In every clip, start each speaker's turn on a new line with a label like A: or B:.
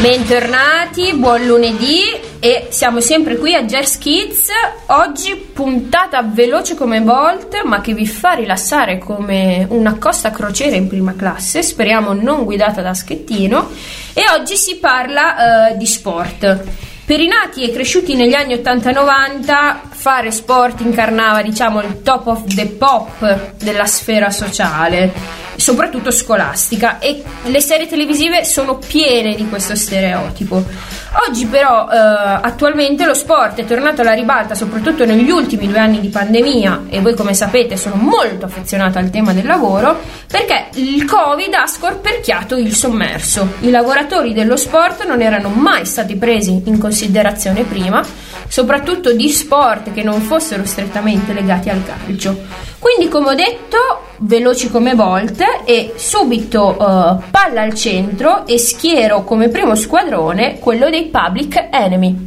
A: Bentornati, buon lunedì e siamo sempre qui a Jazz Kids. Oggi puntata veloce come Bolt, ma che vi fa rilassare come una costa crociera in prima classe, speriamo non guidata da Schettino. E oggi si parla di sport. Per i nati e cresciuti negli anni 80-90 fare sport incarnava, diciamo, il top of the pop della sfera sociale, soprattutto scolastica, e le serie televisive sono piene di questo stereotipo. Oggi però attualmente lo sport è tornato alla ribalta, soprattutto negli ultimi 2 anni di pandemia, e voi come sapete sono molto affezionata al tema del lavoro, perché il Covid ha scorperchiato il sommerso. I lavoratori dello sport non erano mai stati presi in considerazione prima, soprattutto di sport che non fossero strettamente legati al calcio. Quindi, come ho detto, veloci come Bolt e subito palla al centro e schiero come primo squadrone quello dei Public Enemy.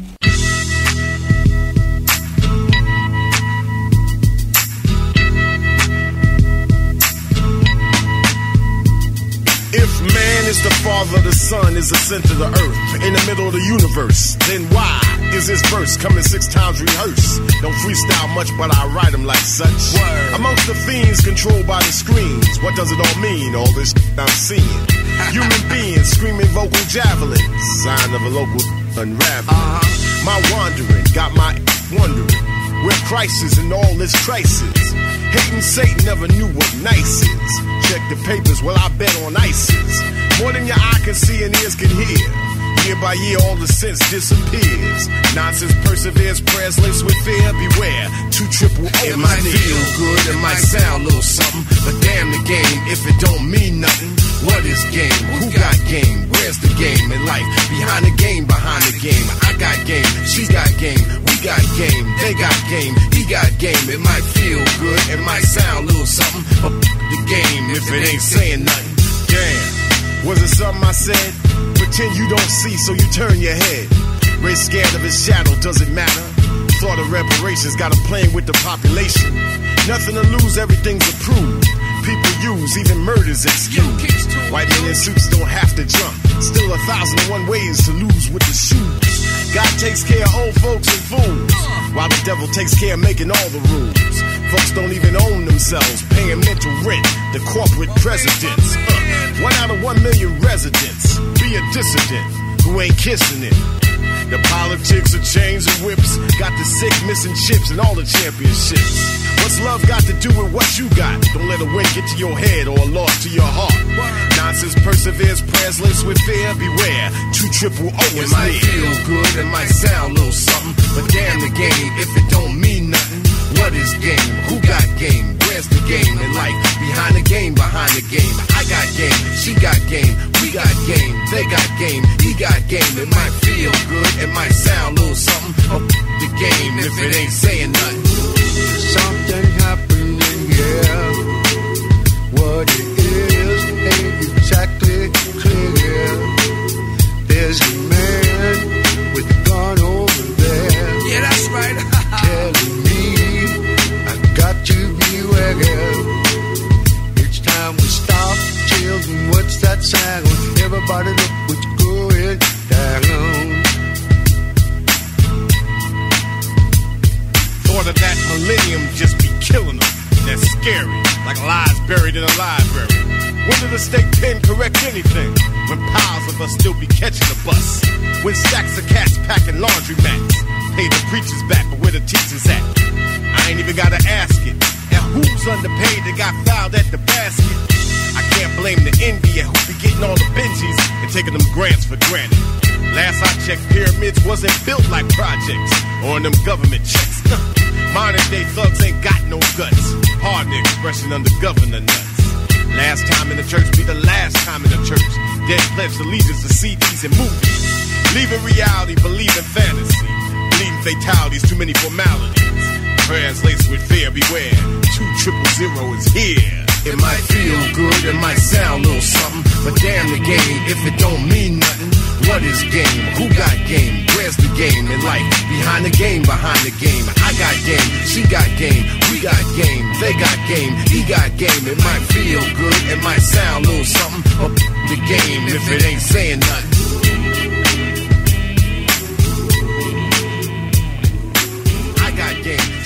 B: If man is the father, the sun is the center of the earth, in the middle of the universe, then why is this verse coming 6 times rehearsed? Don't freestyle much, but I write them like such. Word. Amongst the fiends controlled by the screens, what does it all mean, all this I'm seeing? Human beings screaming vocal javelins, sign of a local unraveling. My wandering got my wondering, where Christ is in all this crisis. Hating Satan never knew what nice is. Check the papers, well I bet on ISIS. More than your eye can see and ears can hear. Year by year all the sense disappears. Nonsense perseveres, prayers laced with fear. Beware, 2 triple O. It might feel good, it might sound a little something, but damn the game if it don't mean nothing. What is game? Who got game? Where's the game in life? Behind the game, behind the game. I got game, she got game, we got game, they got game, he got game. It might feel good, it might sound a little something, but the game if it ain't saying nothing. Damn, was it something I said? Pretend you don't see, so you turn your head. Race scared of his shadow, does it matter? Thought of reparations, got him playing with the population. Nothing to lose, everything's approved. People use, even murders excuse. White men in suits don't have to jump. Still 1,001 ways to lose with the shoes. God takes care of old folks and fools, while the devil takes care of making all the rules. Folks don't even own themselves, paying mental rent to corporate presidents. 1 out of 1 million residents. Be a dissident who ain't kissing it. The politics of chains and whips got the sick missing chips and all the championships. What's love got to do with what you got? Don't let a win get to your head or a loss to your heart. Nonsense perseveres, prayers laced with fear. Beware, 2 triple O is near. It might feel good, it might sound a little something, but damn the game if it don't mean nothing. What is game? Who got game? Where's the game in life? Behind the game, behind the game. I got game, she got game, we got game, they got game, he got game. It might feel good, it might sound a little something, but the game if it ain't saying nothing.
C: Something happening here. What it is ain't exactly clear. There's a man with a gun over there.
D: Yeah, that's right.
C: Telling me I got to beware. Each time we stop, children, what's that sound? Everybody look what's going down.
B: Thought of that millennium just be killing them. That's scary, like lies buried in a library. When did the state pen correct anything? When piles of us still be catching the bus. When stacks of cats packing laundry mats. Pay the preachers back, but where the teachers at? I ain't even gotta ask it. And who's underpaid that got fouled at the basket? I can't blame the envy who be getting all the Benjis and taking them grants for granted. Last I checked, pyramids wasn't built like projects or in them government checks. Modern day thugs ain't got no guts. Pardon the expression under governor nuts. Last time in the church be the last time in the church. Dead pledged allegiance to CDs and movies. Leaving reality, believing fantasy. Bleeding fatalities, too many formalities. Prayers laced with fear, beware. 200 is here.
D: It might feel good, it might sound a little something, but damn the game if it don't mean nothing. What is game? Who got game? Where's the game in life? Behind the game, behind the game. I got game, she got game, we got game, they got game, he got game. It might feel good, it might sound a little something, but the game if it ain't saying nothing.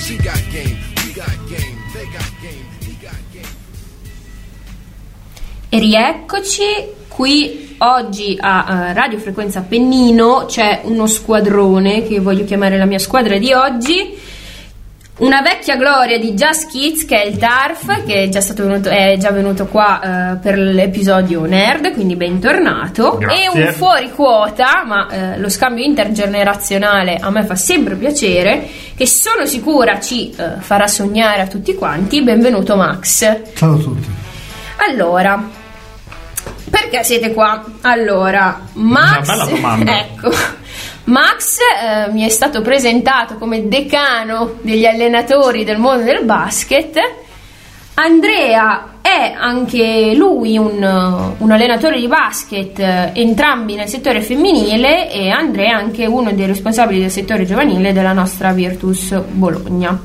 D: She got game, we got game, they got game, he got game.
A: E rieccoci qui oggi a Radio Frequenza Appennino. C'è uno squadrone che voglio chiamare la mia squadra di oggi, una vecchia gloria di Jazz Kids che è il Tarf, che è già venuto qua per l'episodio Nerd, quindi bentornato.
E: Grazie.
A: E un fuori quota, ma lo scambio intergenerazionale a me fa sempre piacere, che sono sicura ci farà sognare a tutti quanti. Benvenuto Max.
F: Ciao a tutti.
A: Allora, perché siete qua? Allora, Max,
E: una bella domanda.
A: Ecco, Max mi è stato presentato come decano degli allenatori del mondo del basket. Andrea è anche lui un allenatore di basket, entrambi nel settore femminile, e Andrea è anche uno dei responsabili del settore giovanile della nostra Virtus Bologna.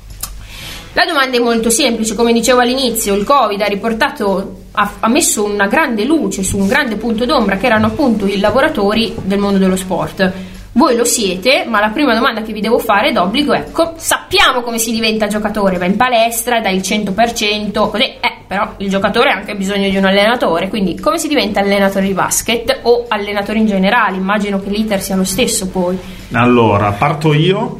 A: La domanda è molto semplice, come dicevo all'inizio, il Covid ha messo una grande luce su un grande punto d'ombra che erano appunto i lavoratori del mondo dello sport. Voi lo siete, ma la prima domanda che vi devo fare d'obbligo è: sappiamo come si diventa giocatore, va in palestra, dai il 100%, così, però il giocatore ha anche bisogno di un allenatore, quindi come si diventa allenatore di basket o allenatore in generale? Immagino che l'iter sia lo stesso poi.
E: Allora, parto io.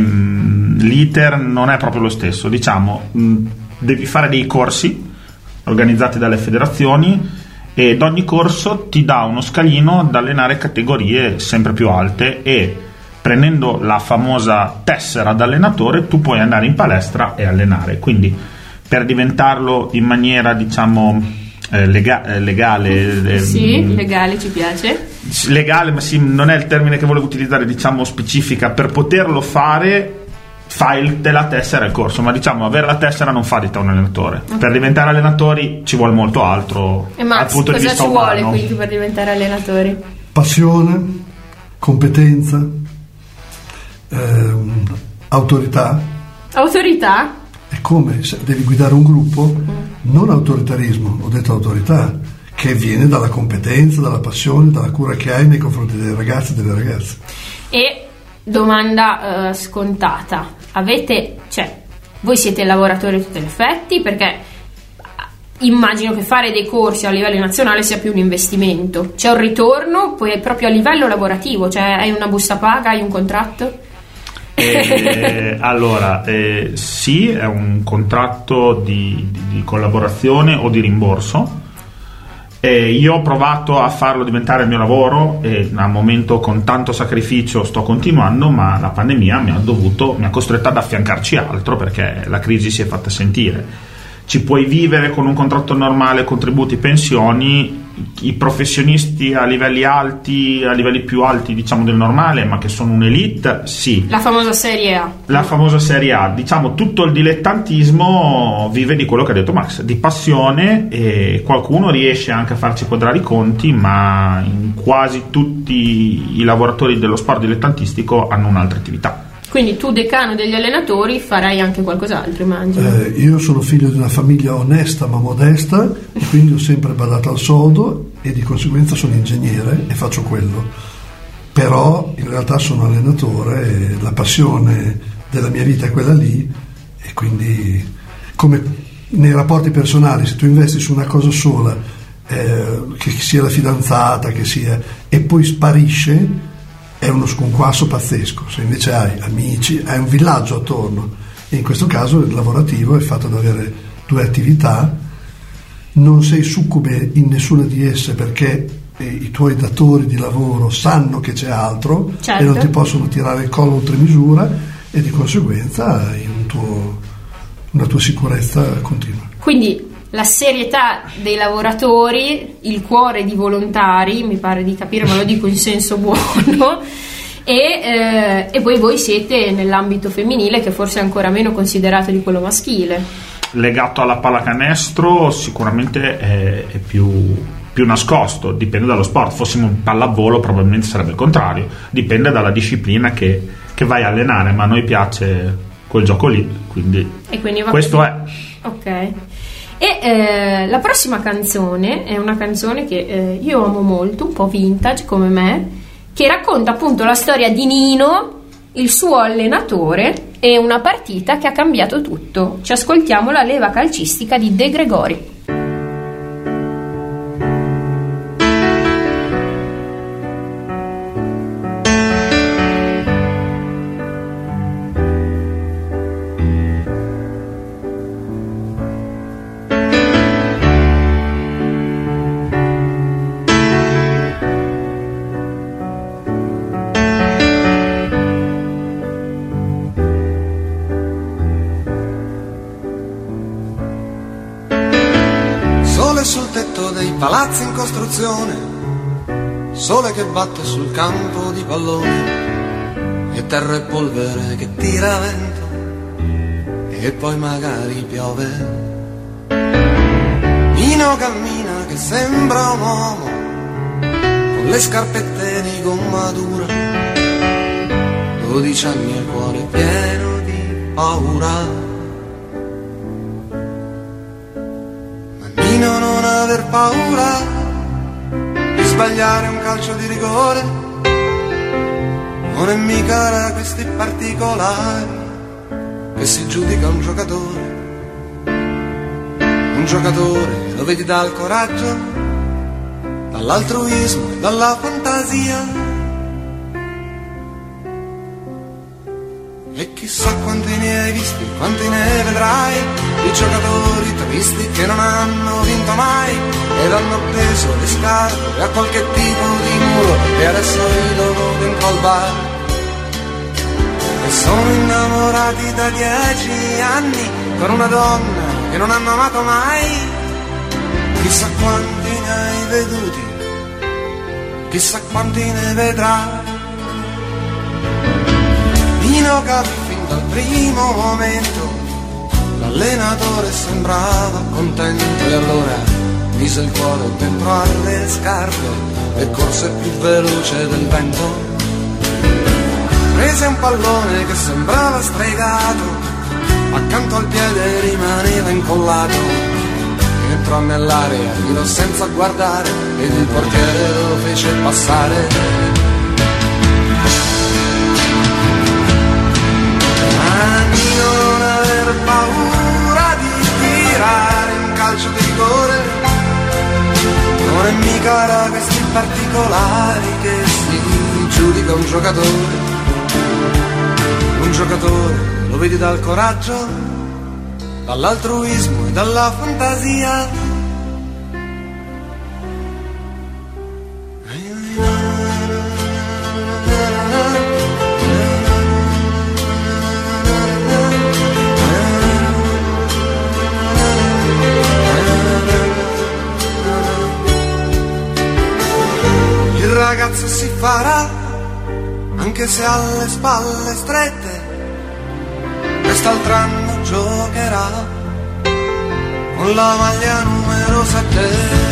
E: L'iter non è proprio lo stesso, diciamo, devi fare dei corsi organizzati dalle federazioni ed ogni corso ti dà uno scalino da allenare categorie sempre più alte, e prendendo la famosa tessera da allenatore tu puoi andare in palestra e allenare. Quindi per diventarlo in maniera, diciamo, legale,
A: sì, legale, ci piace.
E: Legale, ma sì, non è il termine che volevo utilizzare, diciamo specifica. Per poterlo fare fai la tessera al corso, ma diciamo avere la tessera non fa di te un allenatore. Okay. Per diventare allenatori ci vuole molto altro.
A: E Max,
E: dal punto di vista
A: cosa ci
E: umano.
A: vuole quindi per diventare allenatori?
F: Passione, competenza, autorità.
A: Autorità?
F: È come se devi guidare un gruppo, non autoritarismo, ho detto autorità, che viene dalla competenza, dalla passione, dalla cura che hai nei confronti dei ragazzi e delle ragazze.
A: E domanda scontata: voi siete lavoratori a tutti gli effetti? Perché immagino che fare dei corsi a livello nazionale sia più un investimento. C'è un ritorno poi proprio a livello lavorativo, cioè hai una busta paga, hai un contratto?
E: Allora, sì, è un contratto di collaborazione o di rimborso. Io ho provato a farlo diventare il mio lavoro e al momento con tanto sacrificio sto continuando, ma la pandemia mi ha costretto ad affiancarci altro, perché la crisi si è fatta sentire. Ci puoi vivere con un contratto normale, contributi, pensioni. I professionisti a livelli alti, a livelli più alti diciamo del normale, ma che sono un'elite, sì.
A: La famosa Serie A. La
E: famosa Serie A, diciamo tutto il dilettantismo vive di quello che ha detto Max, di passione, e qualcuno riesce anche a farci quadrare i conti, ma in quasi tutti i lavoratori dello sport dilettantistico hanno un'altra attività.
A: Quindi tu, decano degli allenatori, farai anche qualcos'altro, immagino.
F: Io sono figlio di una famiglia onesta ma modesta, e quindi ho sempre badato al sodo, e di conseguenza sono ingegnere e faccio quello. Però in realtà sono allenatore e la passione della mia vita è quella lì, e quindi come nei rapporti personali, se tu investi su una cosa sola, che sia la fidanzata, che sia, e poi sparisce, è uno sconquasso pazzesco. Se invece hai amici, hai un villaggio attorno, e in questo caso il lavorativo è fatto ad avere due attività, non sei succube in nessuna di esse, perché i tuoi datori di lavoro sanno che c'è altro, certo, e non ti possono tirare il collo oltre misura, e di conseguenza hai una tua sicurezza continua.
A: Quindi la serietà dei lavoratori, il cuore di volontari, mi pare di capire, ma lo dico in senso buono, e poi voi siete nell'ambito femminile, che forse è ancora meno considerato di quello maschile.
E: Legato alla pallacanestro sicuramente è più nascosto, dipende dallo sport. Fossimo un pallavolo probabilmente sarebbe il contrario, dipende dalla disciplina che vai a allenare, ma a noi piace quel gioco lì, quindi questo
A: così.
E: È
A: ok. E la prossima canzone è una canzone che io amo molto, un po' vintage come me, che racconta appunto la storia di Nino, il suo allenatore, e una partita che ha cambiato tutto. Ci ascoltiamo la leva calcistica di De Gregori.
G: Sul tetto dei palazzi in costruzione, sole che batte sul campo di pallone, e terra e polvere che tira vento, e poi magari piove. Nino cammina che sembra un uomo, con le scarpette di gomma dura, 12 anni e il cuore pieno di paura. Non aver paura di sbagliare un calcio di rigore, non è mica da questi particolari che si giudica un giocatore. Un giocatore lo vedi dal coraggio, dall'altruismo e dalla fantasia. E chissà quanti ne hai visti, quanti ne vedrai, di giocatori tristi che non hanno vinto mai ed hanno preso le scarpe a qualche tipo di muro e adesso ridono dentro al bar. E sono innamorati da 10 anni con una donna che non hanno amato mai. Chissà quanti ne hai veduti, chissà quanti ne vedrai. Nino capì fin dal primo momento, l'allenatore sembrava contento e allora mise il cuore dentro alle scarpe e corse più veloce del vento. Prese un pallone che sembrava stregato, accanto al piede rimaneva incollato, entrò nell'area, tirò senza guardare ed il portiere lo fece passare. Non aver paura di tirare un calcio di rigore, non è mica da questi particolari che si giudica un giocatore. Un giocatore lo vedi dal coraggio, dall'altruismo e dalla fantasia. Il ragazzo si farà, anche se ha le spalle strette, quest'altro anno giocherà con la maglia numero 7.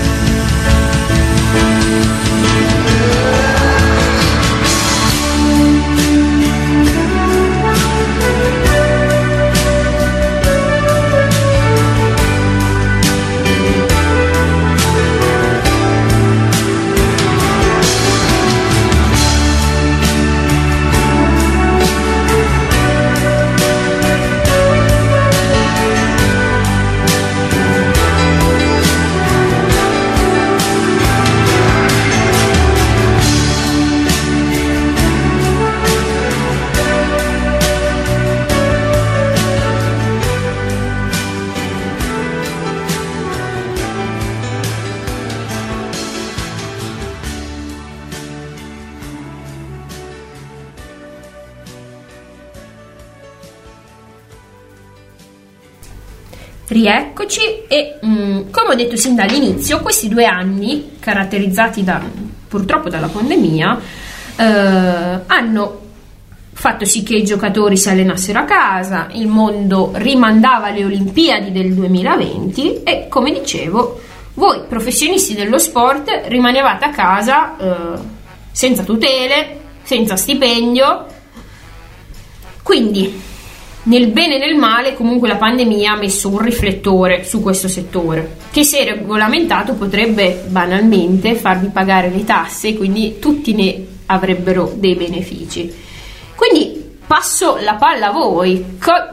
A: Rieccoci e come ho detto sin dall'inizio, questi 2 anni caratterizzati purtroppo dalla pandemia hanno fatto sì che i giocatori si allenassero a casa, il mondo rimandava le Olimpiadi del 2020 e, come dicevo, voi professionisti dello sport rimanevate a casa senza tutele, senza stipendio. Quindi nel bene e nel male comunque la pandemia ha messo un riflettore su questo settore che, se regolamentato, potrebbe banalmente farvi pagare le tasse, quindi tutti ne avrebbero dei benefici. Quindi passo la palla a voi.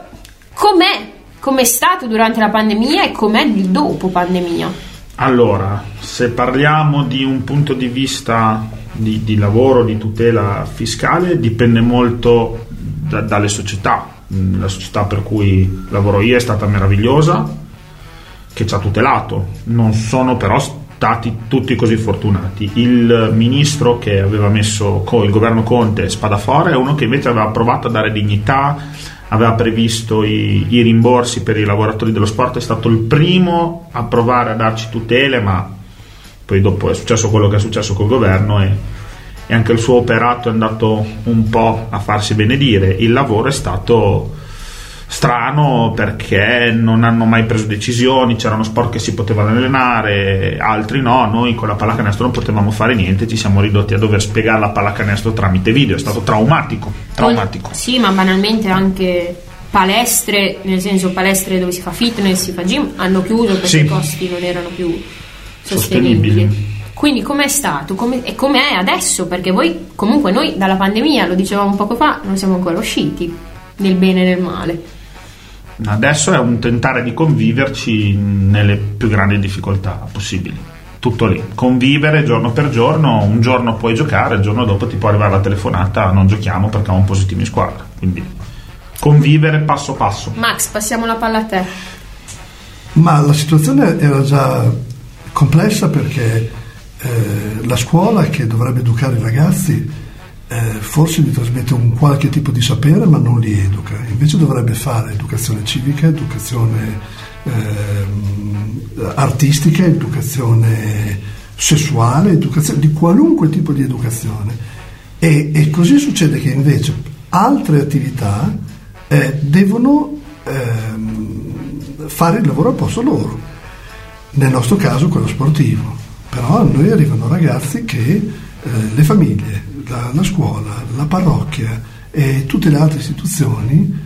A: Com'è stato durante la pandemia e com'è il dopo pandemia?
E: Allora, se parliamo di un punto di vista di lavoro, di tutela fiscale, dipende molto dalle società. La società per cui lavoro io è stata meravigliosa, che ci ha tutelato. Non sono però stati tutti così fortunati. Il ministro che aveva messo il governo Conte Spadafora è uno che invece aveva provato a dare dignità, aveva previsto i rimborsi per i lavoratori dello sport, è stato il primo a provare a darci tutele, ma poi dopo è successo quello che è successo col governo e anche il suo operato è andato un po' a farsi benedire. Il lavoro è stato strano perché non hanno mai preso decisioni, c'erano sport che si potevano allenare, altri no. Noi con la pallacanestro non potevamo fare niente, ci siamo ridotti a dover spiegare la pallacanestro tramite video. È stato traumatico.
A: Sì, ma banalmente anche palestre, nel senso palestre dove si fa fitness, si fa gym, hanno chiuso perché
E: sì,
A: i costi non erano più sostenibili. Quindi com'è stato e com'è adesso? Perché comunque noi dalla pandemia, lo dicevamo poco fa, non siamo ancora usciti nel bene e nel male.
E: Adesso è un tentare di conviverci nelle più grandi difficoltà possibili. Tutto lì, convivere giorno per giorno. Un giorno puoi giocare, il giorno dopo ti può arrivare la telefonata: non giochiamo perché siamo positivi in squadra. Quindi convivere passo passo.
A: Max, passiamo la palla a te.
F: Ma la situazione era già complessa perché la scuola, che dovrebbe educare i ragazzi, forse gli trasmette un qualche tipo di sapere ma non li educa. Invece dovrebbe fare educazione civica, educazione artistica, educazione sessuale, educazione di qualunque tipo di educazione, e così succede che invece altre attività devono fare il lavoro al posto loro, nel nostro caso quello sportivo. Però a noi arrivano ragazzi che le famiglie, la scuola, la parrocchia e tutte le altre istituzioni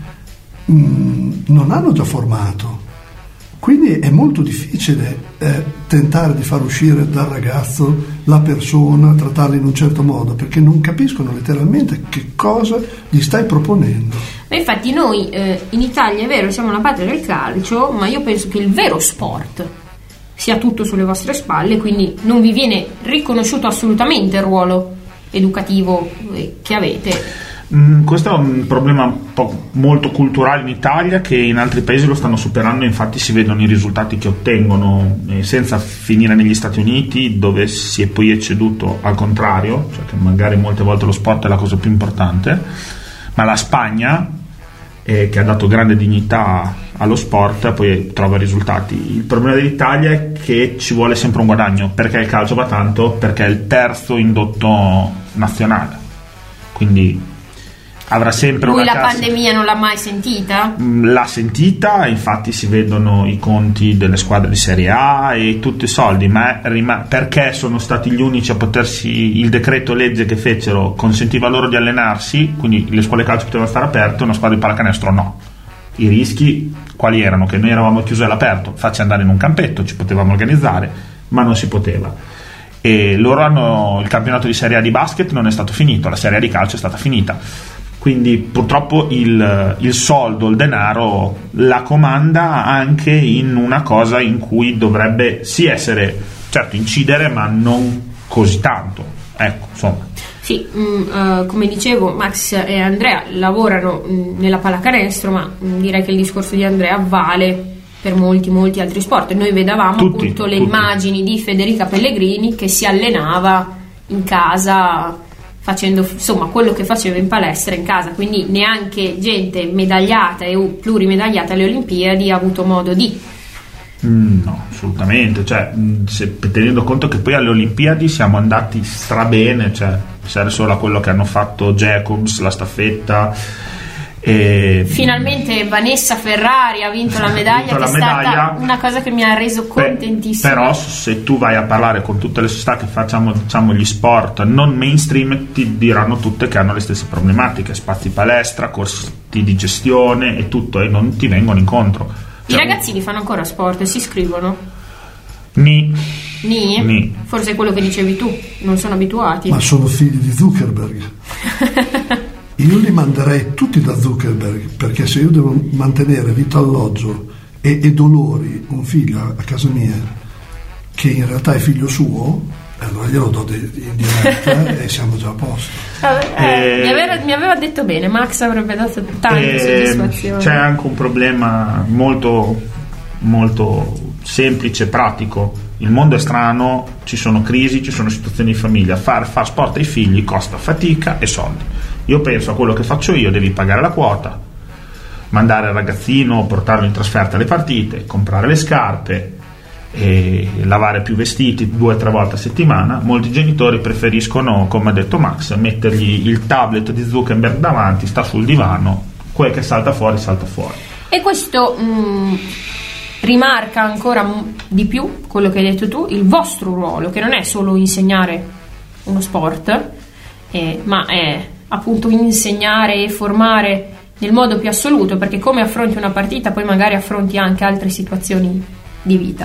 F: non hanno già formato. Quindi è molto difficile tentare di far uscire dal ragazzo la persona, trattarla in un certo modo, perché non capiscono letteralmente che cosa gli stai proponendo.
A: Ma infatti noi in Italia, è vero, siamo la patria del calcio, ma io penso che il vero sport sia tutto sulle vostre spalle, quindi non vi viene riconosciuto assolutamente il ruolo educativo che avete.
E: Questo è un problema molto culturale in Italia, che in altri paesi lo stanno superando. Infatti si vedono i risultati che ottengono, senza finire negli Stati Uniti, dove si è poi ecceduto al contrario, cioè che magari molte volte lo sport è la cosa più importante. Ma la Spagna, che ha dato grande dignità allo sport, poi trova risultati. Il problema dell'Italia è che ci vuole sempre un guadagno, perché il calcio va tanto, perché è il terzo indotto nazionale, quindi avrà sempre
A: lui
E: una
A: la pandemia non l'ha mai sentita?
E: L'ha sentita, infatti si vedono i conti delle squadre di Serie A e tutti i soldi, ma perché sono stati gli unici a potersi, il decreto legge che fecero consentiva loro di allenarsi, quindi le scuole calcio potevano stare aperte, una squadra di pallacanestro no. I rischi quali erano? Che noi eravamo chiusi all'aperto, facci andare in un campetto, ci potevamo organizzare, ma non si poteva. E loro hanno il campionato di Serie A di basket non è stato finito, la Serie A di calcio è stata finita. Quindi purtroppo il soldo, il denaro la comanda anche in una cosa in cui dovrebbe sì essere, certo, incidere, ma non così tanto. Ecco, insomma.
A: Sì, come dicevo, Max e Andrea lavorano nella pallacanestro, ma direi che il discorso di Andrea vale per molti altri sport. Noi vedevamo appunto le immagini di Federica Pellegrini che si allenava in casa, facendo insomma quello che faceva in palestra in casa, quindi neanche gente medagliata e plurimedagliata alle Olimpiadi ha avuto modo di.
E: No, assolutamente, cioè, tenendo conto che poi alle Olimpiadi siamo andati strabene, cioè serve solo a quello che hanno fatto Jacobs, la staffetta, e
A: finalmente Vanessa Ferrari ha vinto la medaglia, che è stata una cosa che mi ha reso contentissima.
E: Però se tu vai a parlare con tutte le società che facciamo, diciamo, gli sport non mainstream, ti diranno tutte che hanno le stesse problematiche: spazi palestra, costi di gestione e tutto, e non ti vengono incontro.
A: I ragazzini fanno ancora sport e si iscrivono?
E: Ni?
A: Forse è quello che dicevi tu, non sono abituati.
F: Ma sono figli di Zuckerberg. io li manderei tutti da Zuckerberg, perché se io devo mantenere vitto, alloggio e dolori un figlio a casa mia che in realtà è figlio suo, allora glielo do in diretta e siamo già a posto.
A: Mi aveva detto bene, Max avrebbe dato tante soddisfazioni.
E: C'è anche un problema molto molto semplice, pratico. Il mondo è strano, ci sono crisi, ci sono situazioni di famiglia. Far sport ai figli costa fatica e soldi. Io penso a quello che faccio io: devi pagare la quota, mandare il ragazzino, portarlo in trasferta alle partite, comprare le scarpe e lavare più vestiti 2 o 3 volte a settimana. Molti genitori preferiscono, come ha detto Max, mettergli il tablet di Zuckerberg davanti, sta sul divano, quel che salta fuori.
A: E questo rimarca ancora di più quello che hai detto tu, il vostro ruolo, che non è solo insegnare uno sport, ma è appunto insegnare e formare nel modo più assoluto, perché come affronti una partita poi magari affronti anche altre situazioni di vita.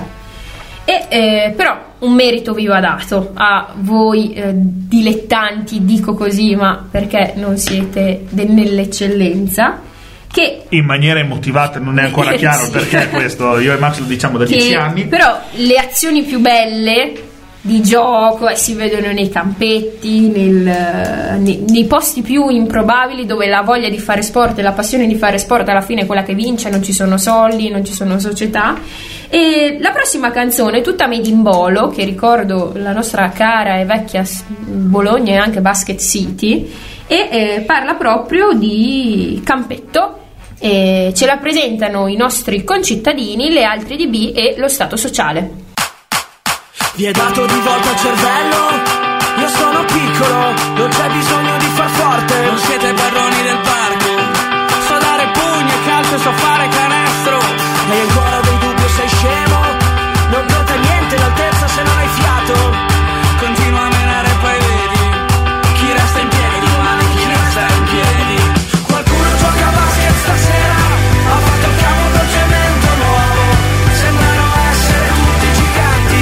A: Però un merito vi va dato a voi dilettanti, dico così, ma perché non siete nell'eccellenza, che
E: in maniera immotivata non è ancora chiaro sì. Perché questo io e Max lo diciamo da 10 anni,
A: però le azioni più belle di gioco si vedono nei campetti, nei posti più improbabili, dove la voglia di fare sport e la passione di fare sport alla fine è quella che vince, non ci sono soldi, non ci sono società. E la prossima canzone, tutta made in Bolo, che ricordo la nostra cara e vecchia Bologna e anche Basket City, e parla proprio di campetto. Ce la presentano i nostri concittadini, le altre DB e lo Stato sociale.
H: Vi è dato di volta il cervello? Io sono piccolo, non c'è bisogno di far forte. Non siete padroni del parco. So dare pugni e calcio, so fare canestro. Hai ancora dei dubbi o sei scemo? Non conta niente l'altezza se non hai fiato. Continua a menare e poi vedi chi resta in piedi domani, chi resta in piedi. Qualcuno gioca a basket stasera, ha fatto il cavo col cemento nuovo. Sembrano essere tutti giganti.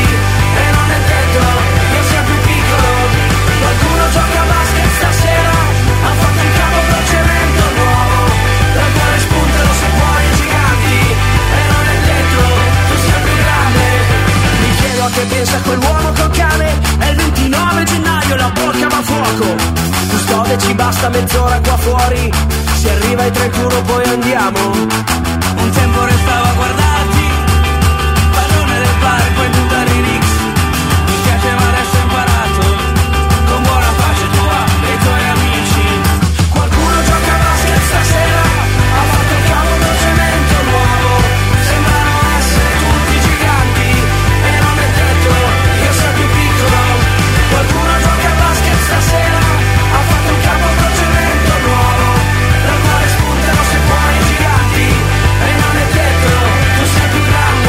H: Io sia più piccolo. Qualcuno gioca a basket stasera, ha fatto il capo col cemento nuovo, dal quale spuntano se fuori giganti. E non è detto tu sia più grande. Mi chiedo a che pensa quell'uomo col cane. È il 29 gennaio, la bocca va a fuoco. Custode, ci basta mezz'ora qua fuori. Si arriva ai 31 poi andiamo. Un tempo restavo a guardarti, padrone del bar e poi buttare i Knicks. Ma adesso ho imparato, con buona pace tua e i tuoi amici. Qualcuno gioca a basket stasera, ha fatto il cavo col cemento nuovo. Sembrano essere tutti giganti e non è detto io sia più piccolo. Qualcuno gioca a basket stasera, ha fatto il cavo col cemento nuovo, dal quale spuntano se fuori giganti e non è detto tu sei più grande.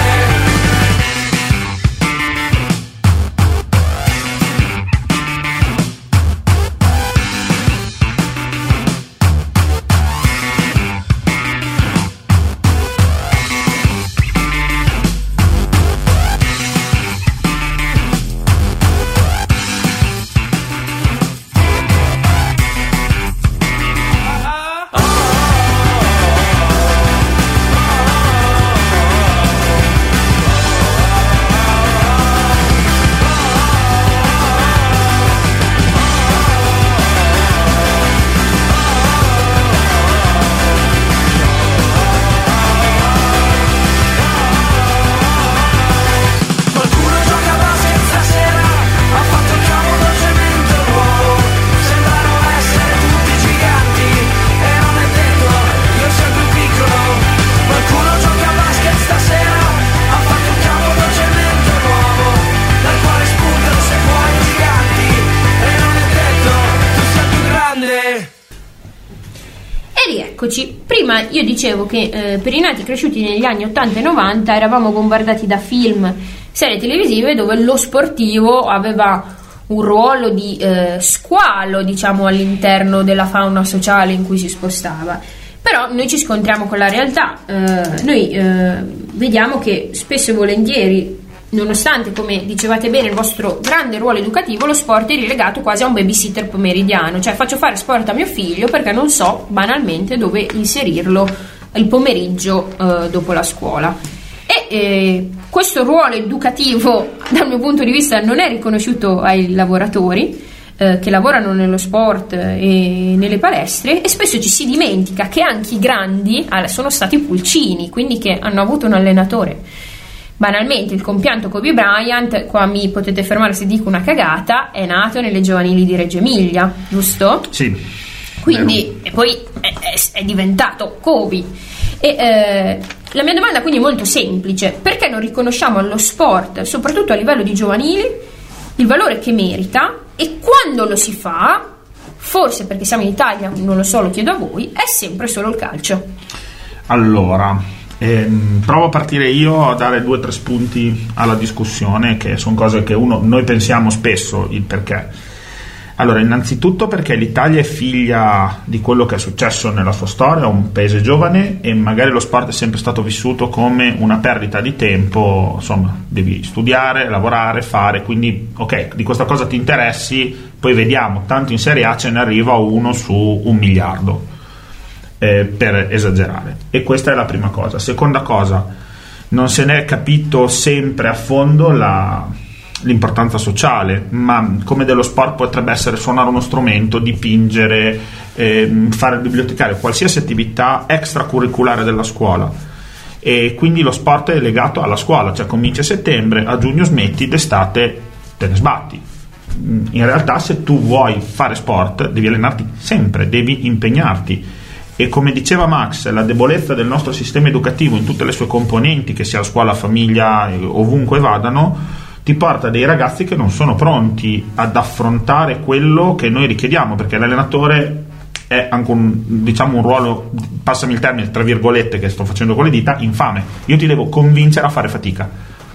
A: Prima io dicevo che per i nati cresciuti negli anni 80 e 90 eravamo bombardati da film, serie televisive dove lo sportivo aveva un ruolo di squalo, diciamo, all'interno della fauna sociale in cui si spostava. Però noi ci scontriamo con la realtà, noi vediamo che spesso e volentieri nonostante, come dicevate bene, il vostro grande ruolo educativo, lo sport è rilegato quasi a un babysitter pomeridiano, cioè faccio fare sport a mio figlio perché non so banalmente dove inserirlo il pomeriggio dopo la scuola. E questo ruolo educativo dal mio punto di vista non è riconosciuto ai lavoratori che lavorano nello sport e nelle palestre, e spesso ci si dimentica che anche i grandi sono stati pulcini, quindi che hanno avuto un allenatore. Banalmente il compianto Kobe Bryant, qua mi potete fermare se dico una cagata, è nato nelle giovanili di Reggio Emilia, giusto?
E: Sì.
A: Quindi e poi è diventato Kobe. E la mia domanda quindi è molto semplice: perché non riconosciamo allo sport, soprattutto a livello di giovanili, il valore che merita, e quando lo si fa, forse perché siamo in Italia, non lo so, lo chiedo a voi, è sempre solo il calcio?
E: Allora, provo a partire io a dare 2 o 3 spunti alla discussione, che sono cose che noi pensiamo spesso il perché. Allora, innanzitutto perché l'Italia è figlia di quello che è successo nella sua storia, un paese giovane, e magari lo sport è sempre stato vissuto come una perdita di tempo, insomma, devi studiare, lavorare, fare, quindi ok, di questa cosa ti interessi, poi vediamo, tanto in Serie A ce ne arriva 1 su 1 miliardo, per esagerare. E questa è la prima cosa. Seconda cosa, non se ne è capito sempre a fondo l'importanza sociale, ma come dello sport potrebbe essere suonare uno strumento, dipingere, fare il bibliotecario, qualsiasi attività extracurriculare della scuola. E quindi lo sport è legato alla scuola, cioè cominci a settembre, a giugno smetti, d'estate te ne sbatti. In realtà, se tu vuoi fare sport devi allenarti sempre, devi impegnarti. E come diceva Max, la debolezza del nostro sistema educativo in tutte le sue componenti, che sia scuola, famiglia, ovunque vadano, ti porta dei ragazzi che non sono pronti ad affrontare quello che noi richiediamo, perché l'allenatore è anche un ruolo, passami il termine, tra virgolette, che sto facendo con le dita, infame. Io ti devo convincere a fare fatica.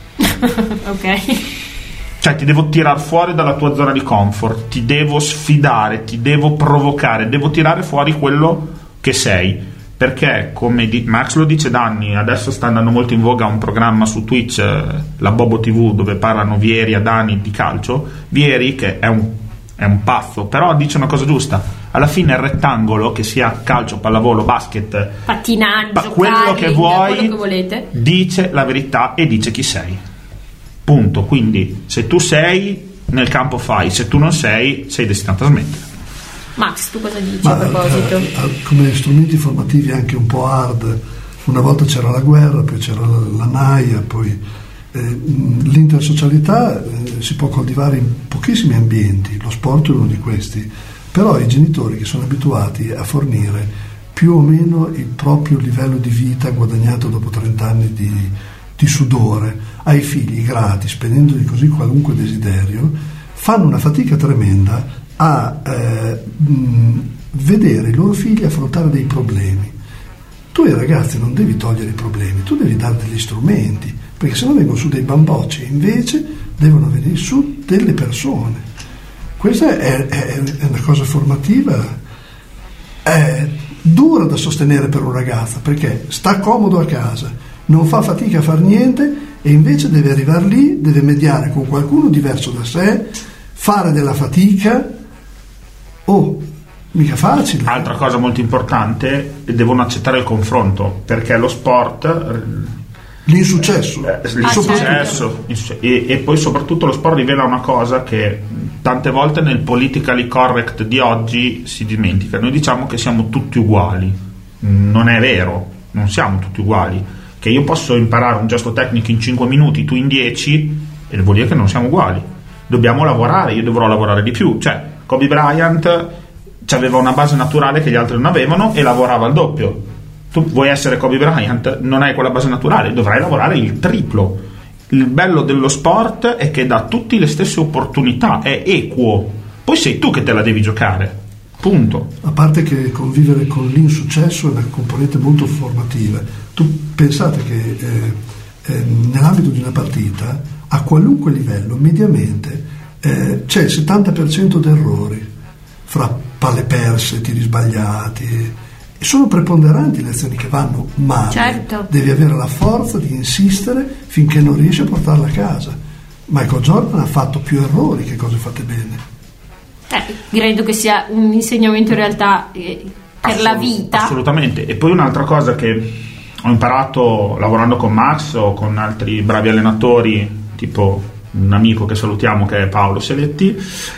A: Ok.
E: Cioè ti devo tirar fuori dalla tua zona di comfort, ti devo sfidare, ti devo provocare, devo tirare fuori quello che sei, perché come Max lo dice da anni, adesso sta andando molto in voga un programma su Twitch, la Bobo TV, dove parlano Vieri, Adani di calcio. Vieri, che è un pazzo, però dice una cosa giusta: alla fine il rettangolo, che sia calcio, pallavolo, basket,
A: pattinaggio,
E: quello che vuoi,
A: quello che volete,
E: dice la verità e dice chi sei, punto. Quindi se tu sei nel campo fai, se tu non sei destinato a smettere.
A: Max, tu cosa dici a proposito?
F: Come strumenti formativi anche un po' hard, una volta c'era la guerra, poi c'era la naia, poi l'intersocialità si può coltivare in pochissimi ambienti, lo sport è uno di questi, però i genitori che sono abituati a fornire più o meno il proprio livello di vita guadagnato dopo 30 anni di sudore ai figli gratis, spendendogli così qualunque desiderio, fanno una fatica tremenda a vedere i loro figli affrontare dei problemi. Tu ai ragazzi non devi togliere i problemi, tu devi dare degli strumenti, perché se no vengono su dei bambocci, invece devono venire su delle persone. Questa è una cosa formativa, è dura da sostenere per un ragazzo, perché sta comodo a casa, non fa fatica a far niente, e invece deve arrivare lì, deve mediare con qualcuno diverso da sé, fare della fatica. Mica facile. Altra
E: cosa molto importante, devono accettare il confronto, perché lo sport,
F: l'insuccesso
E: e poi soprattutto lo sport rivela una cosa che tante volte nel politically correct di oggi si dimentica. Noi diciamo che siamo tutti uguali, non è vero, non siamo tutti uguali, che io posso imparare un gesto tecnico in 5 minuti, tu in 10, e vuol dire che non siamo uguali. Dobbiamo lavorare, io dovrò lavorare di più. Cioè Kobe Bryant aveva una base naturale che gli altri non avevano e lavorava al doppio. Tu vuoi essere Kobe Bryant, non hai quella base naturale, dovrai lavorare il triplo. Il bello dello sport è che dà a tutti le stesse opportunità, è equo, poi sei tu che te la devi giocare, punto.
F: A parte che convivere con l'insuccesso è una componente molto formativa. Tu pensate che nell'ambito di una partita, a qualunque livello, mediamente c'è il 70% di errori, fra palle perse, tiri sbagliati, E sono preponderanti le azioni che vanno male.
A: Certo.
F: Devi avere la forza di insistere finché non riesci a portarla a casa. Michael Jordan ha fatto più errori che cose fatte bene.
A: Credo che sia un insegnamento in realtà per la vita.
E: Assolutamente. E poi un'altra cosa che ho imparato lavorando con Max o con altri bravi allenatori, tipo un amico che salutiamo che è Paolo Seletti,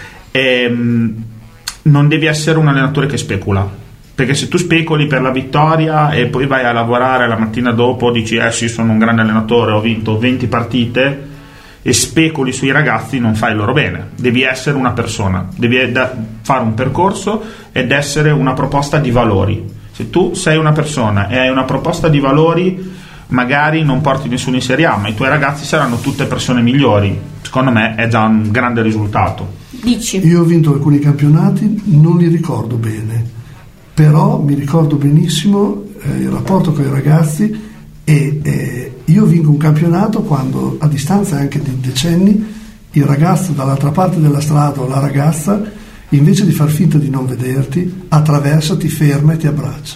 E: non devi essere un allenatore che specula, perché se tu speculi per la vittoria e poi vai a lavorare la mattina dopo, dici sì, sono un grande allenatore, ho vinto 20 partite, e speculi sui ragazzi, non fai loro bene. Devi essere una persona, devi fare un percorso ed essere una proposta di valori. Se tu sei una persona e hai una proposta di valori, magari non porti nessuno in Serie A, ma i tuoi ragazzi saranno tutte persone migliori. Secondo me è già un grande risultato.
A: Dici?
F: Io ho vinto alcuni campionati, non li ricordo bene, però mi ricordo benissimo il rapporto con i ragazzi, e io vinco un campionato quando, a distanza anche di decenni, il ragazzo dall'altra parte della strada o la ragazza, invece di far finta di non vederti, attraversa, ti ferma e ti abbraccia.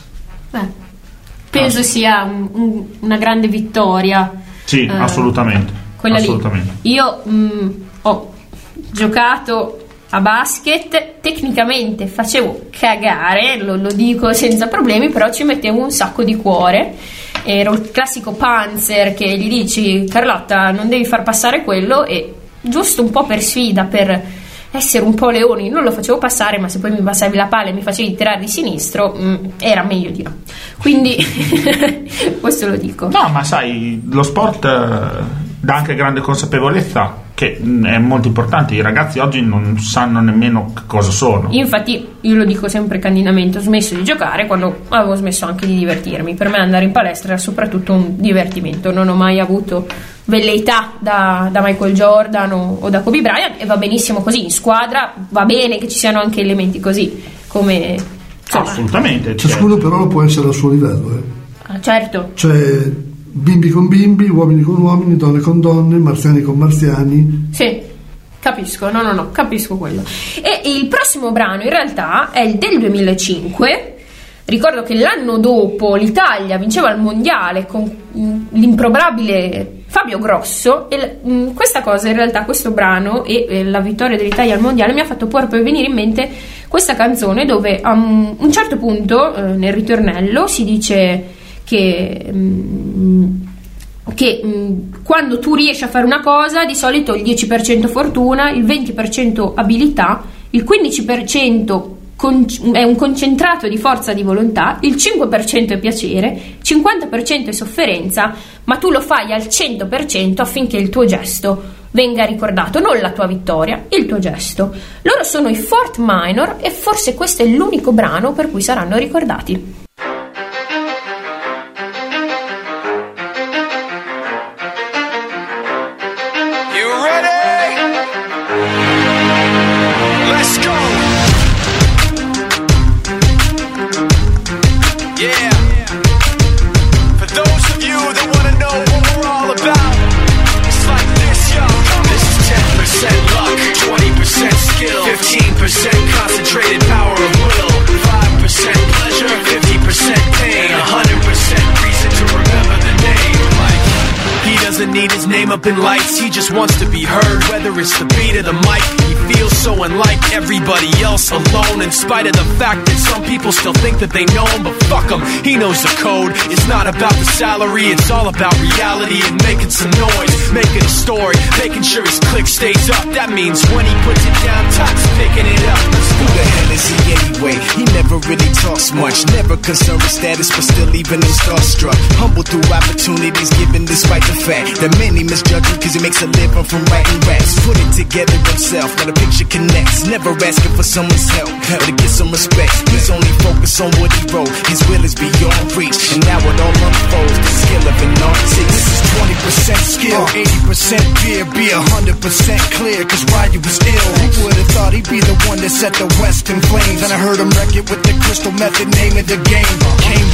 A: Penso sia una grande vittoria.
E: Sì, assolutamente.
A: Quella
E: assolutamente.
A: Lì. Io ho giocato a basket, tecnicamente facevo cagare, lo dico senza problemi, però ci mettevo un sacco di cuore. Ero il classico panzer che gli dici: Carlotta, non devi far passare quello, e giusto un po' per sfida, per essere un po' leoni, non lo facevo passare, ma se poi mi passavi la palla e mi facevi tirare di sinistro, era meglio di no. Quindi questo lo dico.
E: No, ma sai, lo sport dà anche grande consapevolezza, che è molto importante. I ragazzi oggi non sanno nemmeno cosa sono.
A: Infatti io lo dico sempre candidamente, ho smesso di giocare quando avevo smesso anche di divertirmi. Per me andare in palestra era soprattutto un divertimento, non ho mai avuto velleità da Michael Jordan o da Kobe Bryant, e va benissimo così. In squadra va bene che ci siano anche elementi così, come
E: assolutamente.
F: Ciascuno però lo può essere al suo livello,
A: certo.
F: Cioè bimbi con bimbi, uomini con uomini, donne con donne, marziani con marziani.
A: Sì, capisco, no, capisco quello. E il prossimo brano in realtà è il del 2005. Ricordo che l'anno dopo l'Italia vinceva il mondiale con l'improbabile Fabio Grosso, e questa cosa in realtà, questo brano e la vittoria dell'Italia al mondiale, mi ha fatto proprio venire in mente questa canzone, dove a un certo punto nel ritornello si dice che quando tu riesci a fare una cosa, di solito il 10% fortuna, il 20% abilità, il 15% è un concentrato di forza di volontà, il 5% è piacere, 50% è sofferenza, ma tu lo fai al 100% affinché il tuo gesto venga ricordato, non la tua vittoria, il tuo gesto. Loro sono i Fort Minor, e forse questo è l'unico brano per cui saranno ricordati.
H: Concentrated power of will, 5% pleasure, 50% pain, 100% reason to remember the name. Like, he doesn't need his name up in lights, he just wants to be heard, whether it's the beat or the mic. He feels so unlike everybody else, alone, in spite of the fact that some people still think that they know him, but fuck him, he knows the code. It's not about the salary, it's all about reality and making some noise, making a story, making sure his click stays up. That means when he puts it down, Todd's picking it up.
I: Who the hell is he anyway? He never really talks much, never concerned with status, but still even him starstruck. Humble through opportunities given despite the fact that many misjudge him cause he makes a living from writing raps. Put it together himself, now the picture connects. Never asking for someone's help, or to get some respect. He's only focused on what he wrote, his will is beyond reach, and now it all unfolds, the skill of an artist. This is 20% skill, 80% fear, be 100% clear, cause Ryu was ill. Who would've thought he'd be the one that set the West in flames? And I heard him wreck it with the crystal method, name of the game. Came back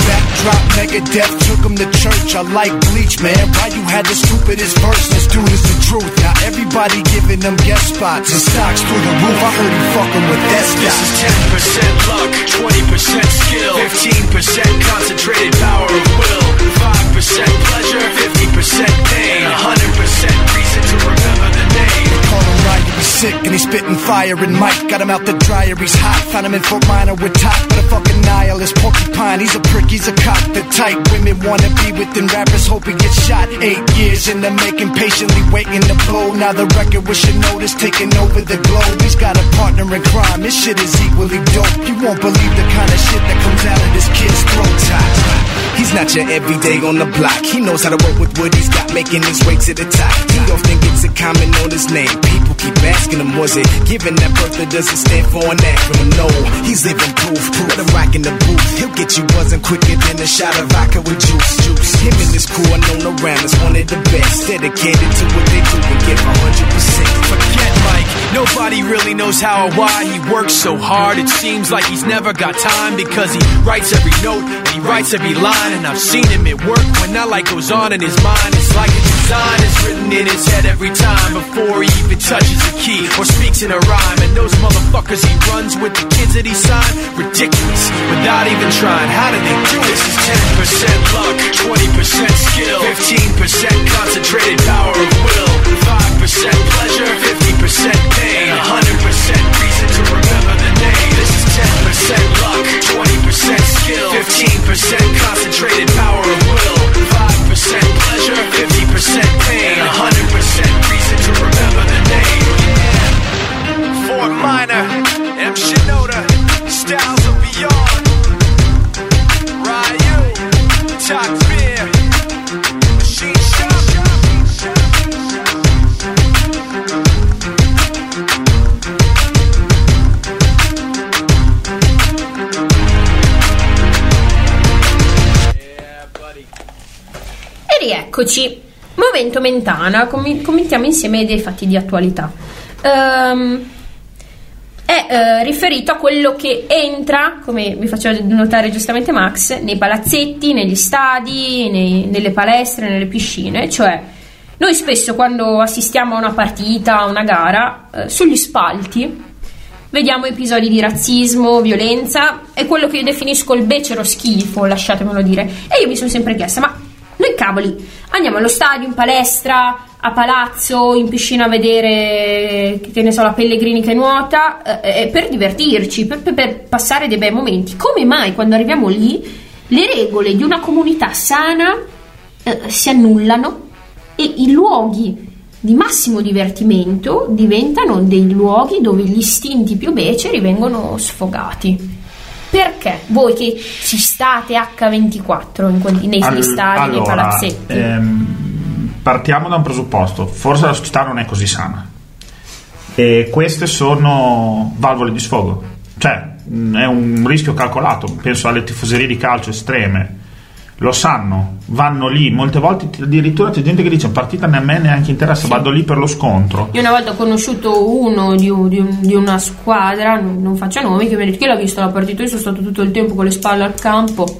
I: drop Megadeth, took him to church. I like Bleach, man. Why you had the stupidest verse? This dude is the truth. Now everybody giving them guest spots and stocks through the roof. I heard he fucking with that stock.
H: This is 10% luck, 20% skill, 15% concentrated power of will, 5% pleasure, 50% pain, 100% reason to remember the name.
I: Call him Ryan, he's sick and he's spitting fire. And Mike got him out the dryer, he's hot. Found him in Fort Minor with top, but a fucking nihilist porcupine. He's a prick, he's a cock. The type women wanna be within rappers, hope he gets shot. 8 years in the making, patiently waiting to blow. Now the record with your notice taking over the globe. He's got a partner in crime, this shit is equally dope. You won't believe the kind of shit that comes out of this kid's throat. He's not your everyday on the block. He knows how to work with what he's got, making his way to the top. He often gets a comment on his name. People keep asking him, was it given that birth that doesn't stand for an acronym? No, he's living proof. Let him rock in the booth. He'll get you buzzing quicker than a shot of vodka with juice. Him and his crew are known around as one of the best. Dedicated to what they do and give 100%.
H: Forget Mike, nobody really knows how or why he works so hard. It seems like he's never got time because he writes every note and he writes every line. And I've seen him at work when that light goes on in his mind. It's like a design is written in his head every time before he even touches a key or speaks in a rhyme. And those motherfuckers he runs with, the kids that he signed, ridiculous, without even trying. How do they do this? Is 10% luck, 20% skill, 15% concentrated power of will, 5% pleasure, 50% pain, 100% reason to remember the name. This is 10% luck, 20% skill, 15% concentrated power of will, 5% pleasure, 50% pain, 100% reason to remember the name. Yeah. Fort Minor, M. Shinoda, Styles of Beyond, Ryu, Talk Beer, Machine Shop.
A: E rieccoci, Movento Mentana, commentiamo insieme dei fatti di attualità. È riferito a quello che entra, come vi faceva notare giustamente Max, nei palazzetti, negli stadi, nelle palestre, nelle piscine. Cioè, noi spesso quando assistiamo a una partita, a una gara, sugli spalti vediamo episodi di razzismo, violenza, è quello che io definisco il becero schifo, lasciatemelo dire. E io mi sono sempre chiesta, ma noi cavoli andiamo allo stadio, in palestra, a palazzo, in piscina a vedere, che ne so, la Pellegrini che nuota, per divertirci, per passare dei bei momenti. Come mai quando arriviamo lì le regole di una comunità sana si annullano e i luoghi di massimo divertimento diventano dei luoghi dove gli istinti più beceri vengono sfogati? Perché voi che ci state H24 negli stadi, nei palazzetti?
E: Partiamo da un presupposto: forse la società non è così sana e queste sono valvole di sfogo, cioè è un rischio calcolato. Penso alle tifoserie di calcio estreme, lo sanno, vanno lì, molte volte addirittura c'è gente che dice partita a me neanche interessa, sì, vado lì per lo scontro.
A: Io una volta ho conosciuto uno di una squadra, non faccio nomi, che mi ha detto che l'ha visto la partita, io sono stato tutto il tempo con le spalle al campo.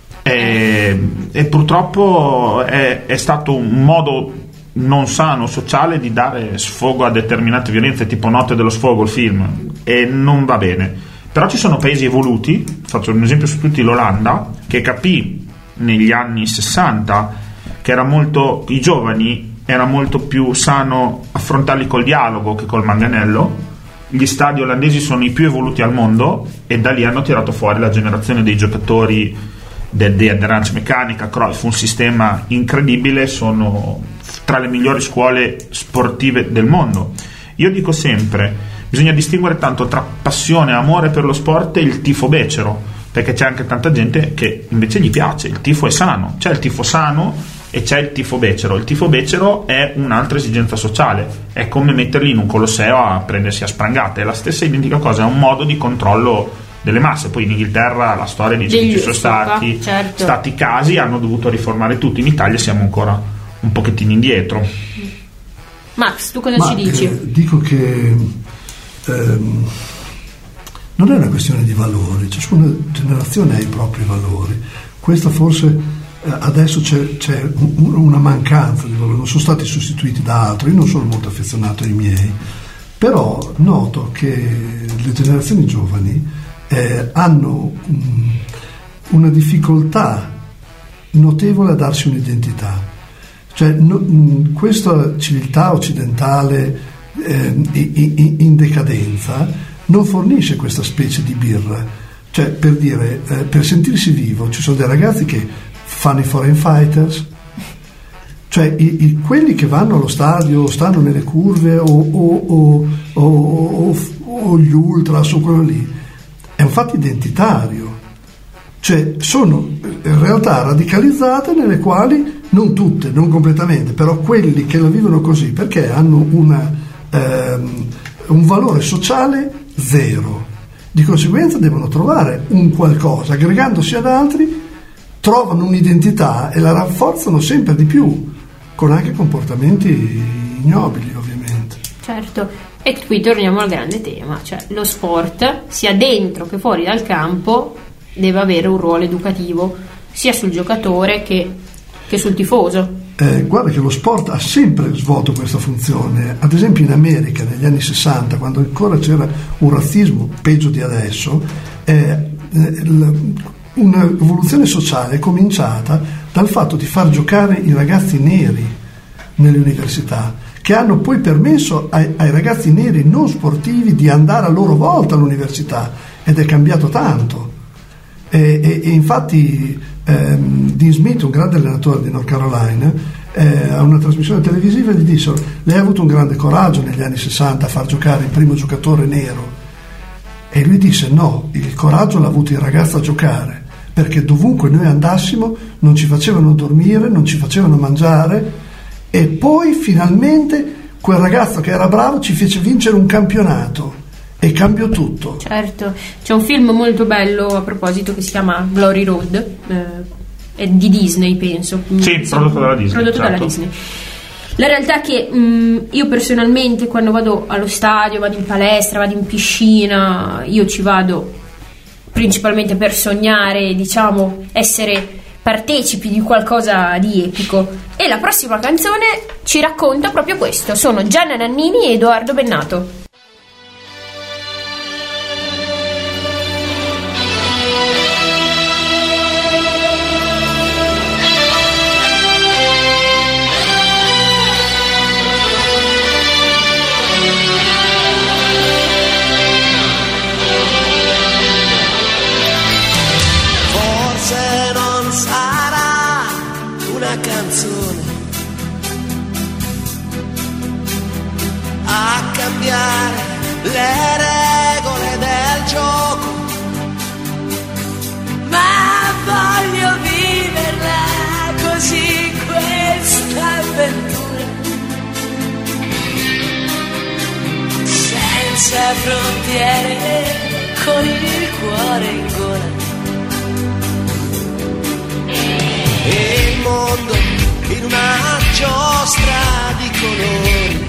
E: E purtroppo è stato un modo non sano, sociale, di dare sfogo a determinate violenze, tipo Notte dello Sfogo, il film, e non va bene. Però ci sono paesi evoluti, faccio un esempio su tutti, l'Olanda, che capì negli anni 60 che i giovani era molto più sano affrontarli col dialogo che col manganello. Gli stadi olandesi sono i più evoluti al mondo e da lì hanno tirato fuori la generazione dei giocatori di aderenza meccanica, Cruyff, un sistema incredibile, sono tra le migliori scuole sportive del mondo. Io dico sempre, bisogna distinguere tanto tra passione e amore per lo sport e il tifo becero, perché c'è anche tanta gente che invece gli piace, il tifo è sano, c'è il tifo sano e c'è il tifo becero. Il tifo becero è un'altra esigenza sociale, è come metterli in un colosseo a prendersi a sprangate, è la stessa identica cosa, è un modo di controllo delle masse. Poi in Inghilterra la storia dice che ci sono stati casi, hanno dovuto riformare tutto. In Italia siamo ancora un pochettino indietro.
A: Max, tu cosa ci dici?
F: Dico che non è una questione di valori, ciascuna generazione ha i propri valori. Questa forse adesso c'è una mancanza di valore, non sono stati sostituiti da altro. Io non sono molto affezionato ai miei, però noto che le generazioni giovani hanno una difficoltà notevole a darsi un'identità. Cioè questa civiltà occidentale in decadenza non fornisce questa specie di birra. Cioè, per dire, per sentirsi vivo ci sono dei ragazzi che fanno i foreign fighters, cioè quelli che vanno allo stadio, stanno nelle curve o gli ultras o quello lì, è un fatto identitario. Cioè sono realtà radicalizzate nelle quali, non tutte, non completamente, però quelli che la vivono così perché hanno un valore sociale zero, di conseguenza devono trovare un qualcosa, aggregandosi ad altri trovano un'identità e la rafforzano sempre di più, con anche comportamenti ignobili ovviamente.
A: Certo, e qui torniamo al grande tema, cioè lo sport sia dentro che fuori dal campo deve avere un ruolo educativo sia sul giocatore che sul tifoso.
F: Guarda che lo sport ha sempre svolto questa funzione. Ad esempio in America negli anni 60, quando ancora c'era un razzismo peggio di adesso, un'evoluzione sociale è cominciata dal fatto di far giocare i ragazzi neri nelle università, che hanno poi permesso ai ragazzi neri non sportivi di andare a loro volta all'università, ed è cambiato tanto. E infatti Dean Smith, un grande allenatore di North Carolina, a una trasmissione televisiva gli dissero: lei ha avuto un grande coraggio negli anni 60 a far giocare il primo giocatore nero. E lui disse: no, il coraggio l'ha avuto il ragazzo a giocare, perché dovunque noi andassimo non ci facevano dormire, non ci facevano mangiare, e poi finalmente quel ragazzo che era bravo ci fece vincere un campionato e cambiò tutto.
A: Certo, c'è un film molto bello a proposito che si chiama Glory Road, è di Disney, penso.
E: Sì, prodotto dalla Disney.
A: Prodotto
E: certo.
A: dalla Disney. La realtà è che io personalmente, quando vado allo stadio, vado in palestra, vado in piscina, io ci vado principalmente per sognare, diciamo, essere partecipi di qualcosa di epico. E la prossima canzone ci racconta proprio questo. Sono Gianna Nannini e Edoardo Bennato.
J: Le regole del gioco, ma voglio viverla così questa avventura, senza frontiere, con il cuore in gola, e il mondo in una giostra di colori.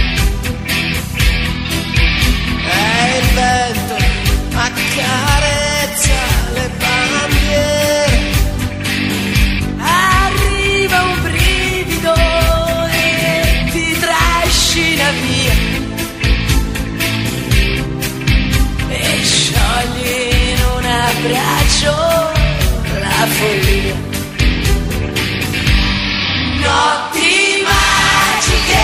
J: E il vento accarezza le bandiere, arriva un brivido e ti trascina via, e sciogli in un abbraccio la follia. Notti magiche,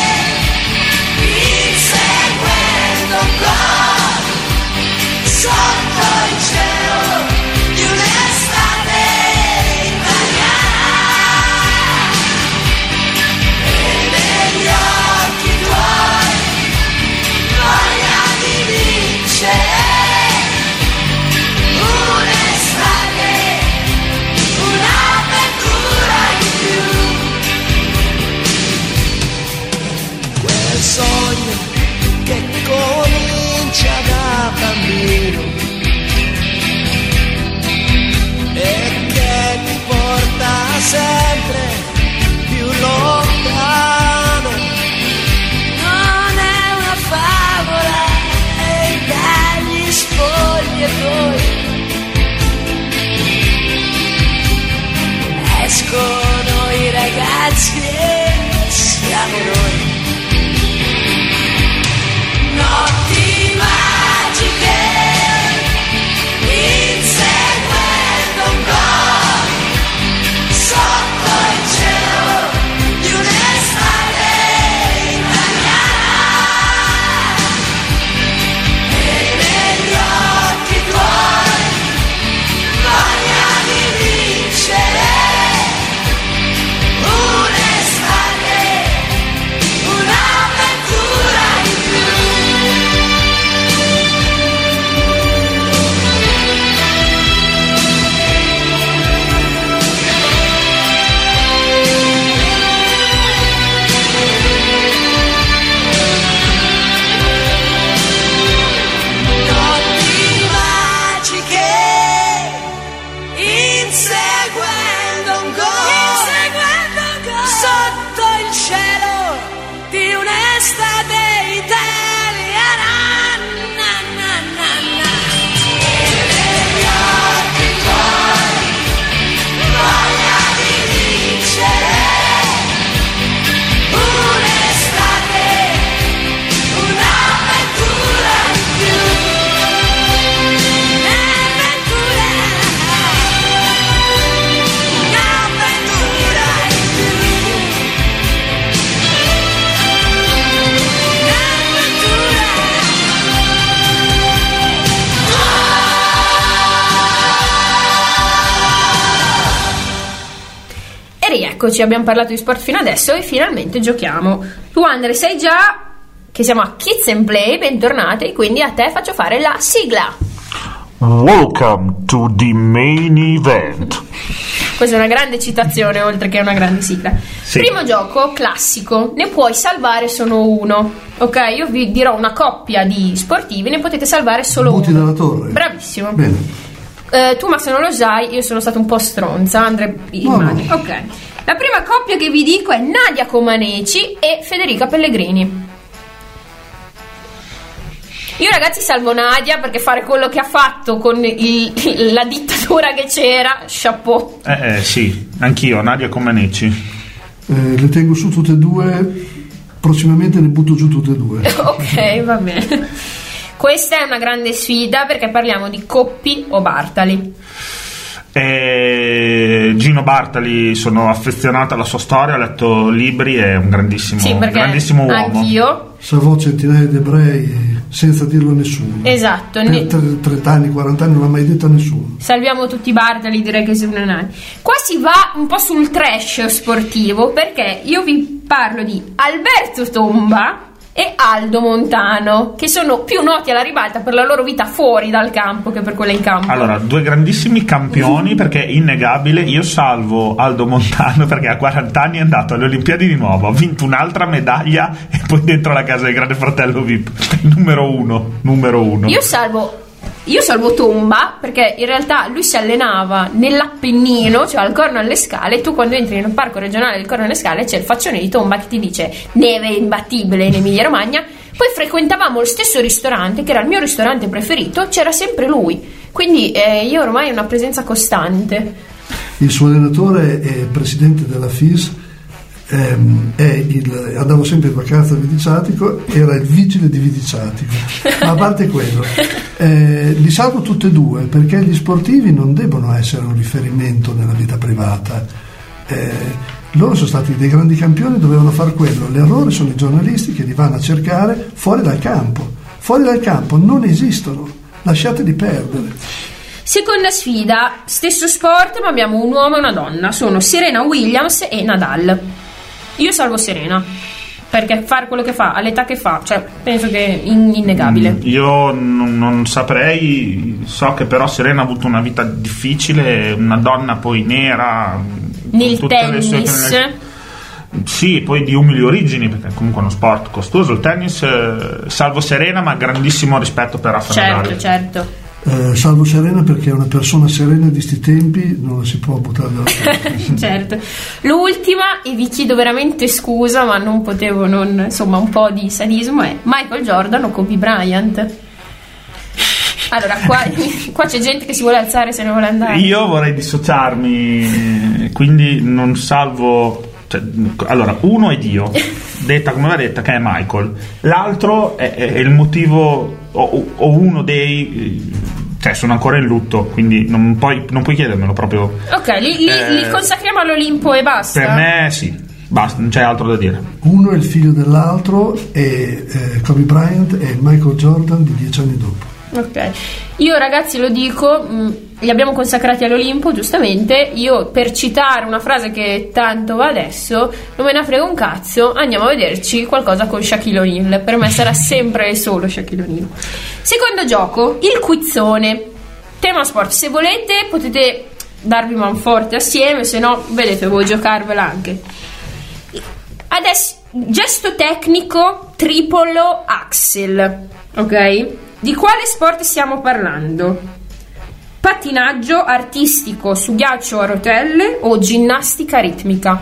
J: sotto il cielo di un'estate italiana, e negli occhi tuoi voglia di vincere un'estate, un'avventura di più. grazie siamo noi. Notti magiche, inseguendo un gol, sotto il cielo di un'estate italiana, e negli occhi tuoi voglia di vincere, un'estate, un'avventura in più. Notti magiche, inseguendo un gol, sotto il cielo di un'estate italiana, na, na, na, na. E negli occhi tuoi voglia di vincere, un'estate, un'avventura in più. Un'avventura in più.
A: E rieccoci, abbiamo parlato di sport fino adesso e finalmente giochiamo. Tu, Andre, sai già che siamo a Kids and Play, bentornati, quindi a te faccio fare la sigla.
E: Welcome to the main event.
A: Questa è una grande citazione, oltre che una grande sigla.
E: Sì.
A: Primo gioco, classico, ne puoi salvare solo uno. Ok, io vi dirò una coppia di sportivi, ne potete salvare solo
F: Butti
A: uno.
F: dalla torre.
A: Bravissimo.
F: Bene.
A: Tu, ma se non lo sai, io sono stata un po' stronza, Andre, immagino. Ok. La prima coppia che vi dico è Nadia Comaneci e Federica Pellegrini. Io, ragazzi, salvo Nadia perché fare quello che ha fatto con la dittatura che c'era, chapeau.
E: Sì, anch'io, Nadia Comaneci.
F: Le tengo su tutte e due. Prossimamente ne butto giù tutte e due.
A: Ok, va bene. Questa è una grande sfida perché parliamo di Coppi o Bartali.
E: Gino Bartali, sono affezionato alla sua storia, ho letto libri, è un grandissimo,
A: Sì, perché
E: grandissimo uomo.
A: anch'io.
F: Salvò centinaia di ebrei senza dirlo a nessuno.
A: Esatto.
F: Per 30 anni, 40 anni non l'ha mai detto a nessuno.
A: Salviamo tutti i Bartali, direi che sono unanimi. Qua si va un po' sul trash sportivo perché io vi parlo di Alberto Tomba e Aldo Montano, che sono più noti alla ribalta per la loro vita fuori dal campo che per quella in campo.
E: Allora, due grandissimi campioni, perché è innegabile. Io salvo Aldo Montano perché a 40 anni è andato alle Olimpiadi di nuovo, ha vinto un'altra medaglia e poi dentro la casa del grande fratello VIP. Numero uno.
A: Io salvo Tomba perché in realtà lui si allenava nell'Appennino, cioè al Corno alle Scale, e tu quando entri nel parco regionale del Corno alle Scale c'è il faccione di Tomba che ti dice neve imbattibile in Emilia Romagna. Poi frequentavamo lo stesso ristorante, che era il mio ristorante preferito, c'era sempre lui, quindi io ormai ho una presenza costante.
F: Il suo allenatore è presidente della FIS, andavo sempre in vacanza a Vidiciatico, era il vigile di Vidiciatico. Ma a parte quello, li salvo tutte e due perché gli sportivi non debbono essere un riferimento nella vita privata. Loro sono stati dei grandi campioni, dovevano far quello. L'errore sono i giornalisti che li vanno a cercare fuori dal campo. Fuori dal campo non esistono, lasciateli perdere.
A: Seconda sfida, stesso sport ma abbiamo un uomo e una donna, sono Serena Williams e Nadal. Io salvo Serena perché fare quello che fa all'età che fa, cioè penso che è innegabile.
E: Io non saprei, so che però Serena ha avuto una vita difficile, una donna poi nera
A: nel tennis.
E: Sì, poi di umili origini, perché comunque è uno sport costoso il tennis. Salvo Serena, ma grandissimo rispetto per Rafa Nadal.
A: Certo.
F: Salvo Serena perché è una persona serena di sti tempi, non la si può buttare dalla testa.
A: Certo. L'ultima, e vi chiedo veramente scusa ma non potevo non, insomma, un po' di sadismo, è Michael Jordan o Kobe Bryant. Allora qua c'è gente che si vuole alzare se ne vuole andare.
E: Io vorrei dissociarmi, quindi non salvo Cioè, allora, uno è Dio, detta come va detta, che è Michael. L'altro è il motivo, o uno dei, cioè sono ancora in lutto, quindi non puoi chiedermelo proprio.
A: Ok, li consacriamo all'Olimpo e basta.
E: Per me sì, basta, non c'è altro da dire.
F: Uno è il figlio dell'altro e Kobe Bryant è il Michael Jordan di 10 anni dopo.
A: Ok, io ragazzi lo dico, li abbiamo consacrati all'Olimpo, giustamente. Io, per citare una frase che tanto va adesso, non me ne frega un cazzo, andiamo a vederci qualcosa con Shaquille O'Neal. Per me sarà sempre e solo Shaquille O'Neal. Secondo gioco, il quizzone, tema sport. Se volete potete darvi manforte assieme, se no vedete voi giocarvela anche. Adesso, gesto tecnico triplo axel, ok? Di quale sport stiamo parlando? Pattinaggio artistico su ghiaccio a rotelle o ginnastica ritmica?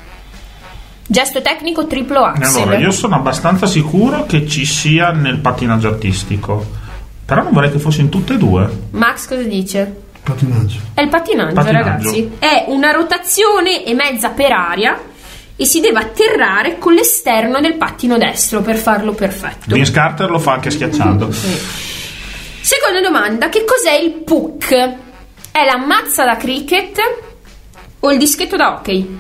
A: Gesto tecnico triplo axel.
E: Allora, io sono abbastanza sicuro che ci sia nel pattinaggio artistico, però non vorrei che fosse in tutte e due.
A: Max cosa dice?
F: Pattinaggio.
A: È il pattinaggio, ragazzi. È una rotazione e mezza per aria e si deve atterrare con l'esterno del pattino destro per farlo perfetto.
E: Vince Carter lo fa anche schiacciando.
A: Sì. Seconda domanda, che cos'è il puck? È la mazza da cricket o il dischetto da hockey?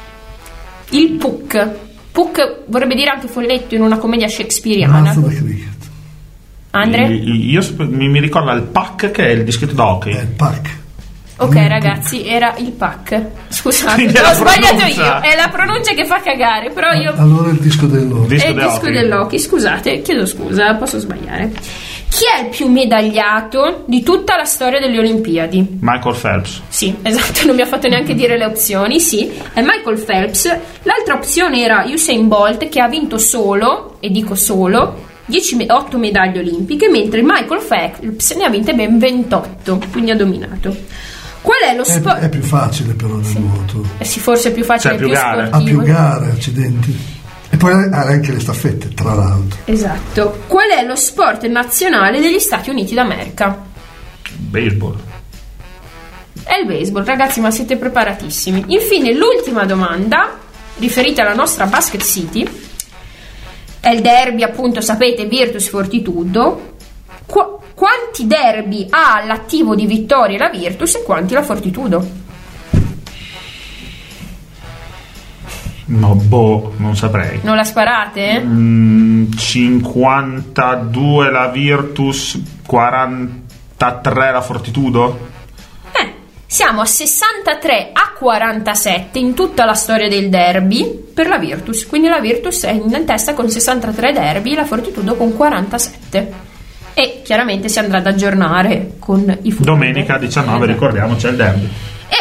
A: Il puck vorrebbe dire anche folletto in una commedia shakespeariana.
F: Mazza da cricket.
A: Andre?
E: Io mi ricordo il puck, che è il dischetto da hockey.
F: È il puck.
A: Ok ragazzi, era il puck. Scusate,
E: Quindi
A: ho sbagliato io. È la pronuncia che fa cagare, però io...
F: Allora il disco dell'hockey.
A: È il disco dell'hockey, scusate, chiedo scusa, posso sbagliare. Chi è il più medagliato di tutta la storia delle Olimpiadi?
E: Michael Phelps.
A: Sì, esatto, non mi ha fatto neanche dire le opzioni. Sì, è Michael Phelps. L'altra opzione era Usain Bolt, che ha vinto solo, e dico solo, 8 medaglie olimpiche, mentre Michael Phelps ne ha vinte ben 28, quindi ha dominato. Qual è lo sport?
F: È più facile però nel nuoto.
A: Sì, forse è più facile,
E: più gare.
A: sportivo.
F: Ha più gare, accidenti. E poi ha anche le staffette, tra l'altro.
A: Esatto. Qual è lo sport nazionale degli Stati Uniti d'America?
E: Baseball.
A: È il baseball, ragazzi, ma siete preparatissimi. Infine, l'ultima domanda, riferita alla nostra Basket City. È il derby, appunto, sapete, Virtus Fortitudo. Quanti derby ha all'attivo di vittorie la Virtus e quanti la Fortitudo?
E: No, non saprei.
A: Non la sparate?
E: 52 la Virtus, 43 la Fortitudo.
A: Siamo a 63 a 47 in tutta la storia del derby per la Virtus. Quindi la Virtus è in testa con 63 derby, la Fortitudo con 47. E chiaramente si andrà ad aggiornare con i futuri.
E: Domenica 19, ricordiamo, c'è il derby.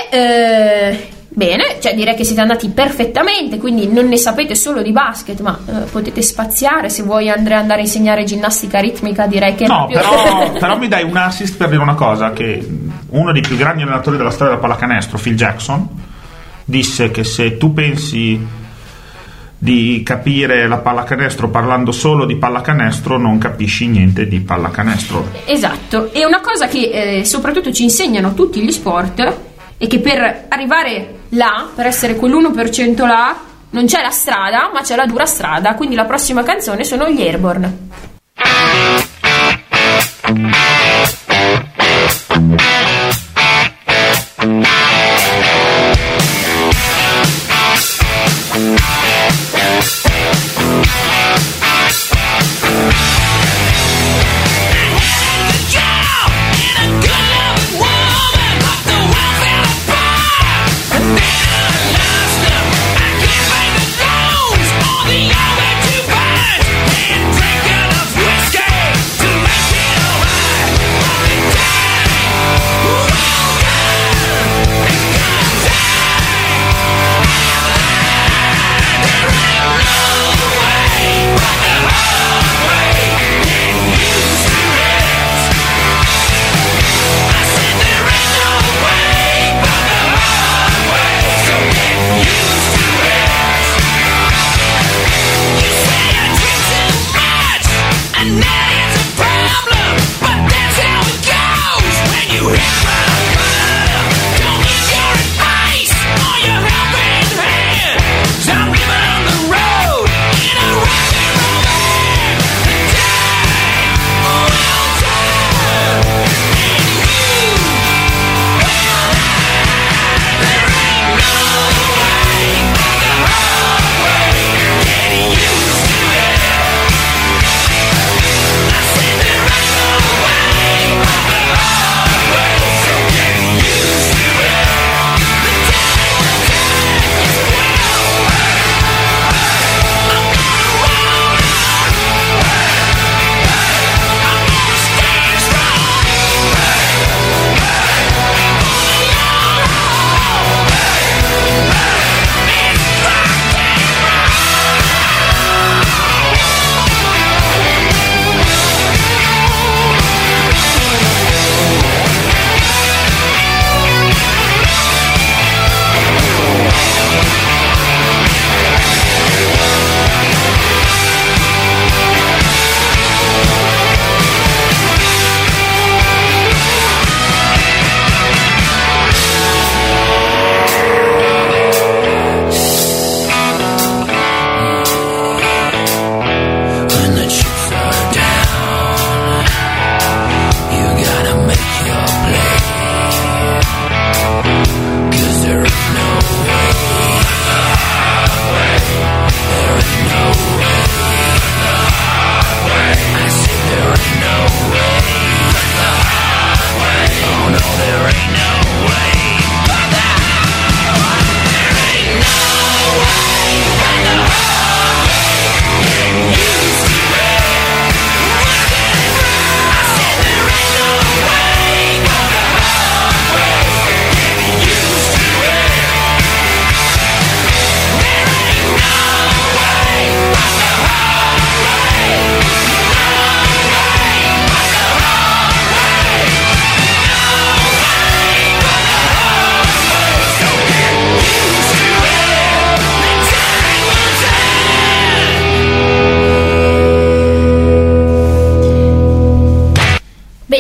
A: Bene, cioè direi che siete andati perfettamente, quindi non ne sapete solo di basket, ma potete spaziare. Se vuoi Andrea andare a insegnare ginnastica ritmica, direi che
E: no,
A: proprio...
E: però mi dai un assist per dire una cosa, che uno dei più grandi allenatori della storia della pallacanestro, Phil Jackson, disse che se tu pensi di capire la pallacanestro parlando solo di pallacanestro, non capisci niente di pallacanestro.
A: Esatto, e una cosa che soprattutto ci insegnano tutti gli sport è che per arrivare là, per essere quell'1% là, non c'è la strada, ma c'è la dura strada. Quindi la prossima canzone sono gli Airborne.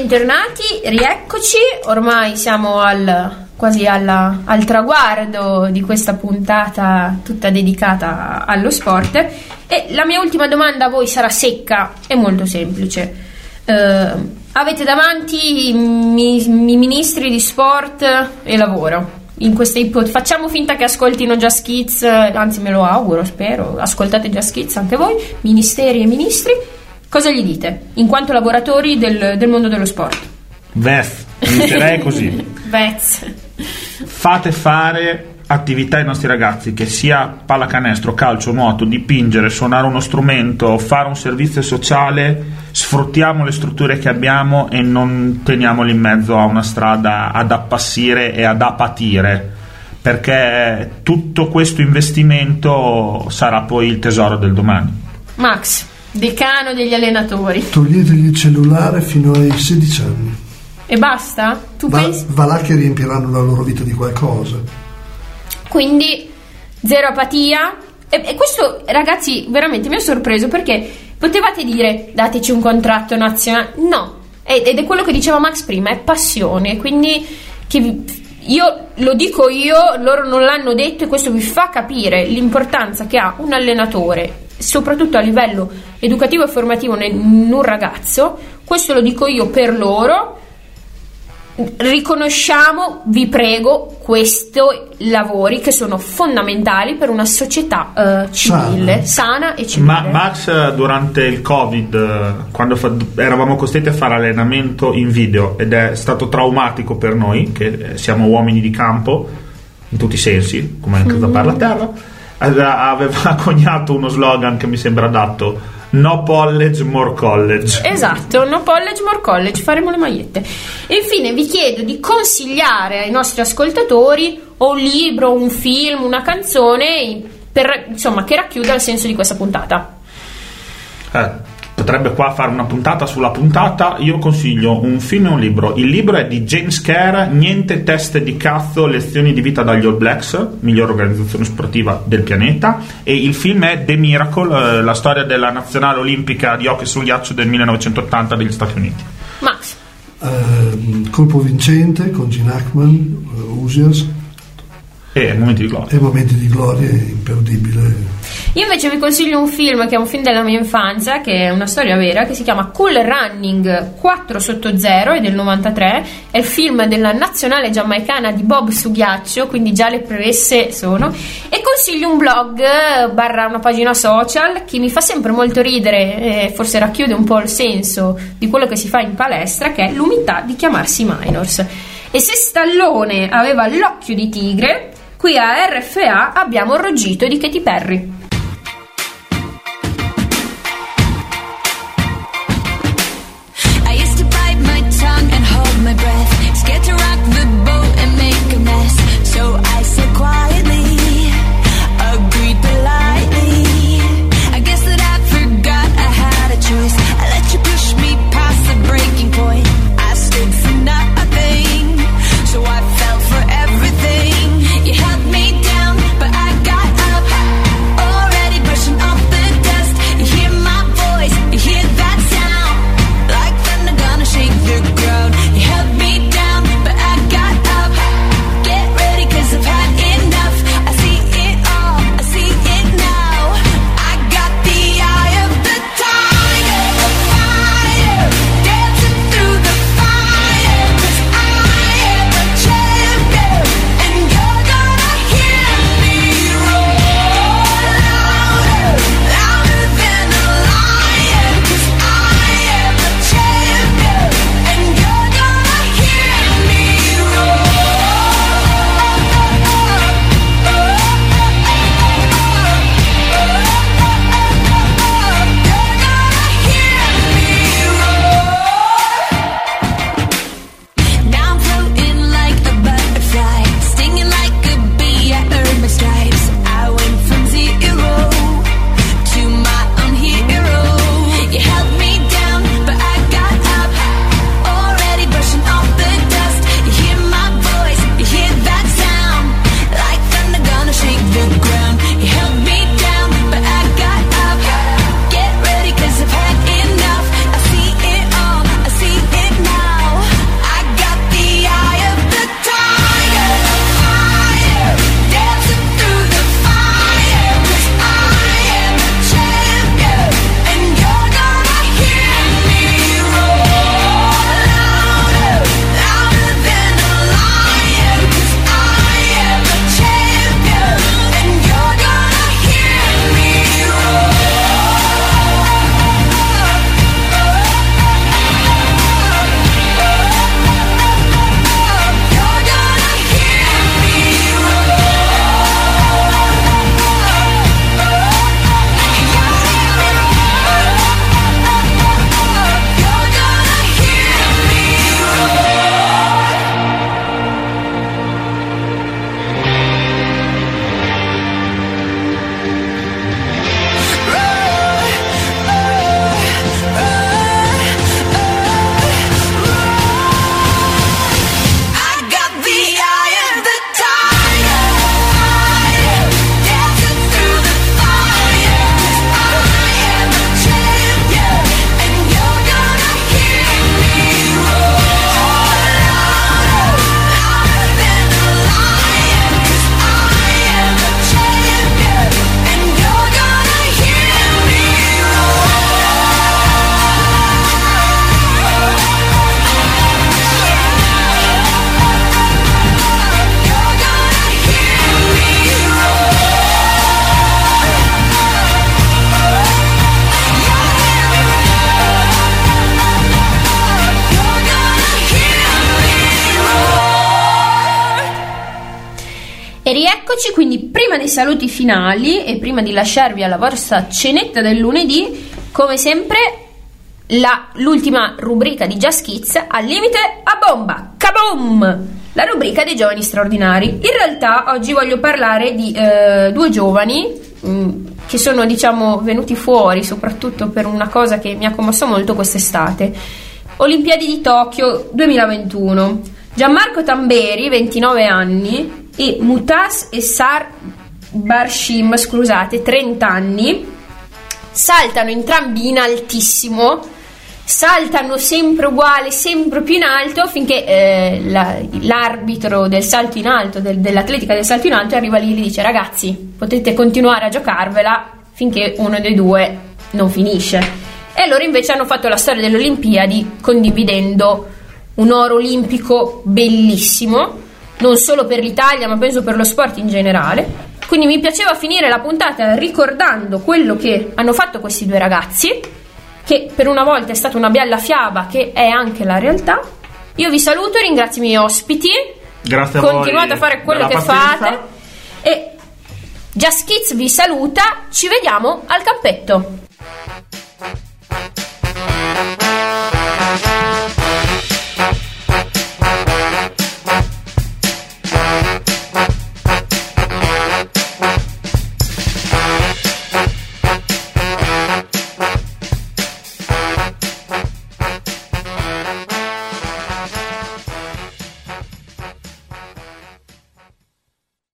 A: bentornati, rieccoci, ormai siamo quasi al traguardo di questa puntata tutta dedicata allo sport, e la mia ultima domanda a voi sarà secca e molto semplice. Avete davanti i ministri di sport e lavoro. In questa facciamo finta che ascoltino Just Kids, anzi me lo auguro, spero, ascoltate Just Kids anche voi, ministeri e ministri. Cosa gli dite in quanto lavoratori del mondo dello sport?
E: Vez, inizierei così.
A: Vez.
E: Fate fare attività ai nostri ragazzi, che sia pallacanestro, calcio, nuoto, dipingere, suonare uno strumento, fare un servizio sociale. Sfruttiamo le strutture che abbiamo e non teniamoli in mezzo a una strada ad appassire e ad apatire, perché tutto questo investimento sarà poi il tesoro del domani.
A: Max, decano degli allenatori,
F: toglietegli il cellulare fino ai 16 anni
A: e basta? Tu pensi?
F: Va là che riempiranno la loro vita di qualcosa.
A: Quindi zero apatia. E questo, ragazzi, veramente mi ha sorpreso, perché potevate dire dateci un contratto nazionale. No, ed è quello che diceva Max prima, è passione. Quindi io lo dico io, loro non l'hanno detto, e questo vi fa capire l'importanza che ha un allenatore, soprattutto a livello educativo e formativo in un ragazzo. Questo lo dico io per loro. Riconosciamo, vi prego, questi lavori che sono fondamentali per una società civile, sana e civile.
E: Max, durante il Covid, quando eravamo costretti a fare allenamento in video, ed è stato traumatico per noi che siamo uomini di campo in tutti i sensi, come anche da parla terra, aveva coniato uno slogan che mi sembra adatto: no college, more college.
A: Esatto, no college, more college, faremo le magliette. E infine vi chiedo di consigliare ai nostri ascoltatori un libro, un film, una canzone che racchiuda il senso di questa puntata.
E: Potrebbe qua fare una puntata sulla puntata. Io consiglio un film e un libro. Il libro è di James Kerr, Niente teste di cazzo, lezioni di vita dagli All Blacks, miglior organizzazione sportiva del pianeta. E il film è The Miracle, la storia della nazionale olimpica di hockey sul ghiaccio del 1980 degli Stati Uniti.
A: Max?
F: Colpo vincente con Gene Hackman, Hoosiers.
E: E momenti di gloria.
F: E momenti di gloria, imperdibile.
A: Io invece vi consiglio un film che è un film della mia infanzia, che è una storia vera, che si chiama Cool Running 4 sotto 0, è del 93, è il film della nazionale giamaicana di bob su ghiaccio, quindi già le premesse sono, e consiglio un blog / una pagina social che mi fa sempre molto ridere, forse racchiude un po' il senso di quello che si fa in palestra, che è L'umiltà di chiamarsi Minors. E se Stallone aveva l'occhio di tigre, qui a RFA abbiamo il ruggito di Katy Perry.
J: My breath, scared to rock the boat and make a mess. So I said quietly, agreed politely. I guess that I forgot I had a choice. I let you push me past the breaking point. I stood for nothing, so I fell for everything. You held me down, but I got up. Oh,
A: Eccoci, quindi prima dei saluti finali e prima di lasciarvi alla vostra cenetta del lunedì, come sempre l'ultima rubrica di Just Kids, al limite a bomba, kaboom! La rubrica dei giovani straordinari. In realtà oggi voglio parlare di due giovani che sono, diciamo, venuti fuori soprattutto per una cosa che mi ha commosso molto quest'estate. Olimpiadi di Tokyo 2021. Gianmarco Tamberi, 29 anni, e Mutas Essar Barshim, scusate, 30 anni, saltano entrambi in altissimo, saltano sempre uguale, sempre più in alto, finché l'arbitro del salto in alto, dell'atletica del salto in alto, arriva lì e gli dice: ragazzi, potete continuare a giocarvela finché uno dei due non finisce. E loro invece hanno fatto la storia delle Olimpiadi condividendo un oro olimpico bellissimo, non solo per l'Italia ma penso per lo sport in generale. Quindi mi piaceva finire la puntata ricordando quello che hanno fatto questi due ragazzi, che per una volta è stata una bella fiaba che è anche la realtà. Io vi saluto, ringrazio i miei ospiti,
E: grazie a
A: continuate
E: voi
A: a fare quello che fate, e Just Kids vi saluta, ci vediamo al campetto.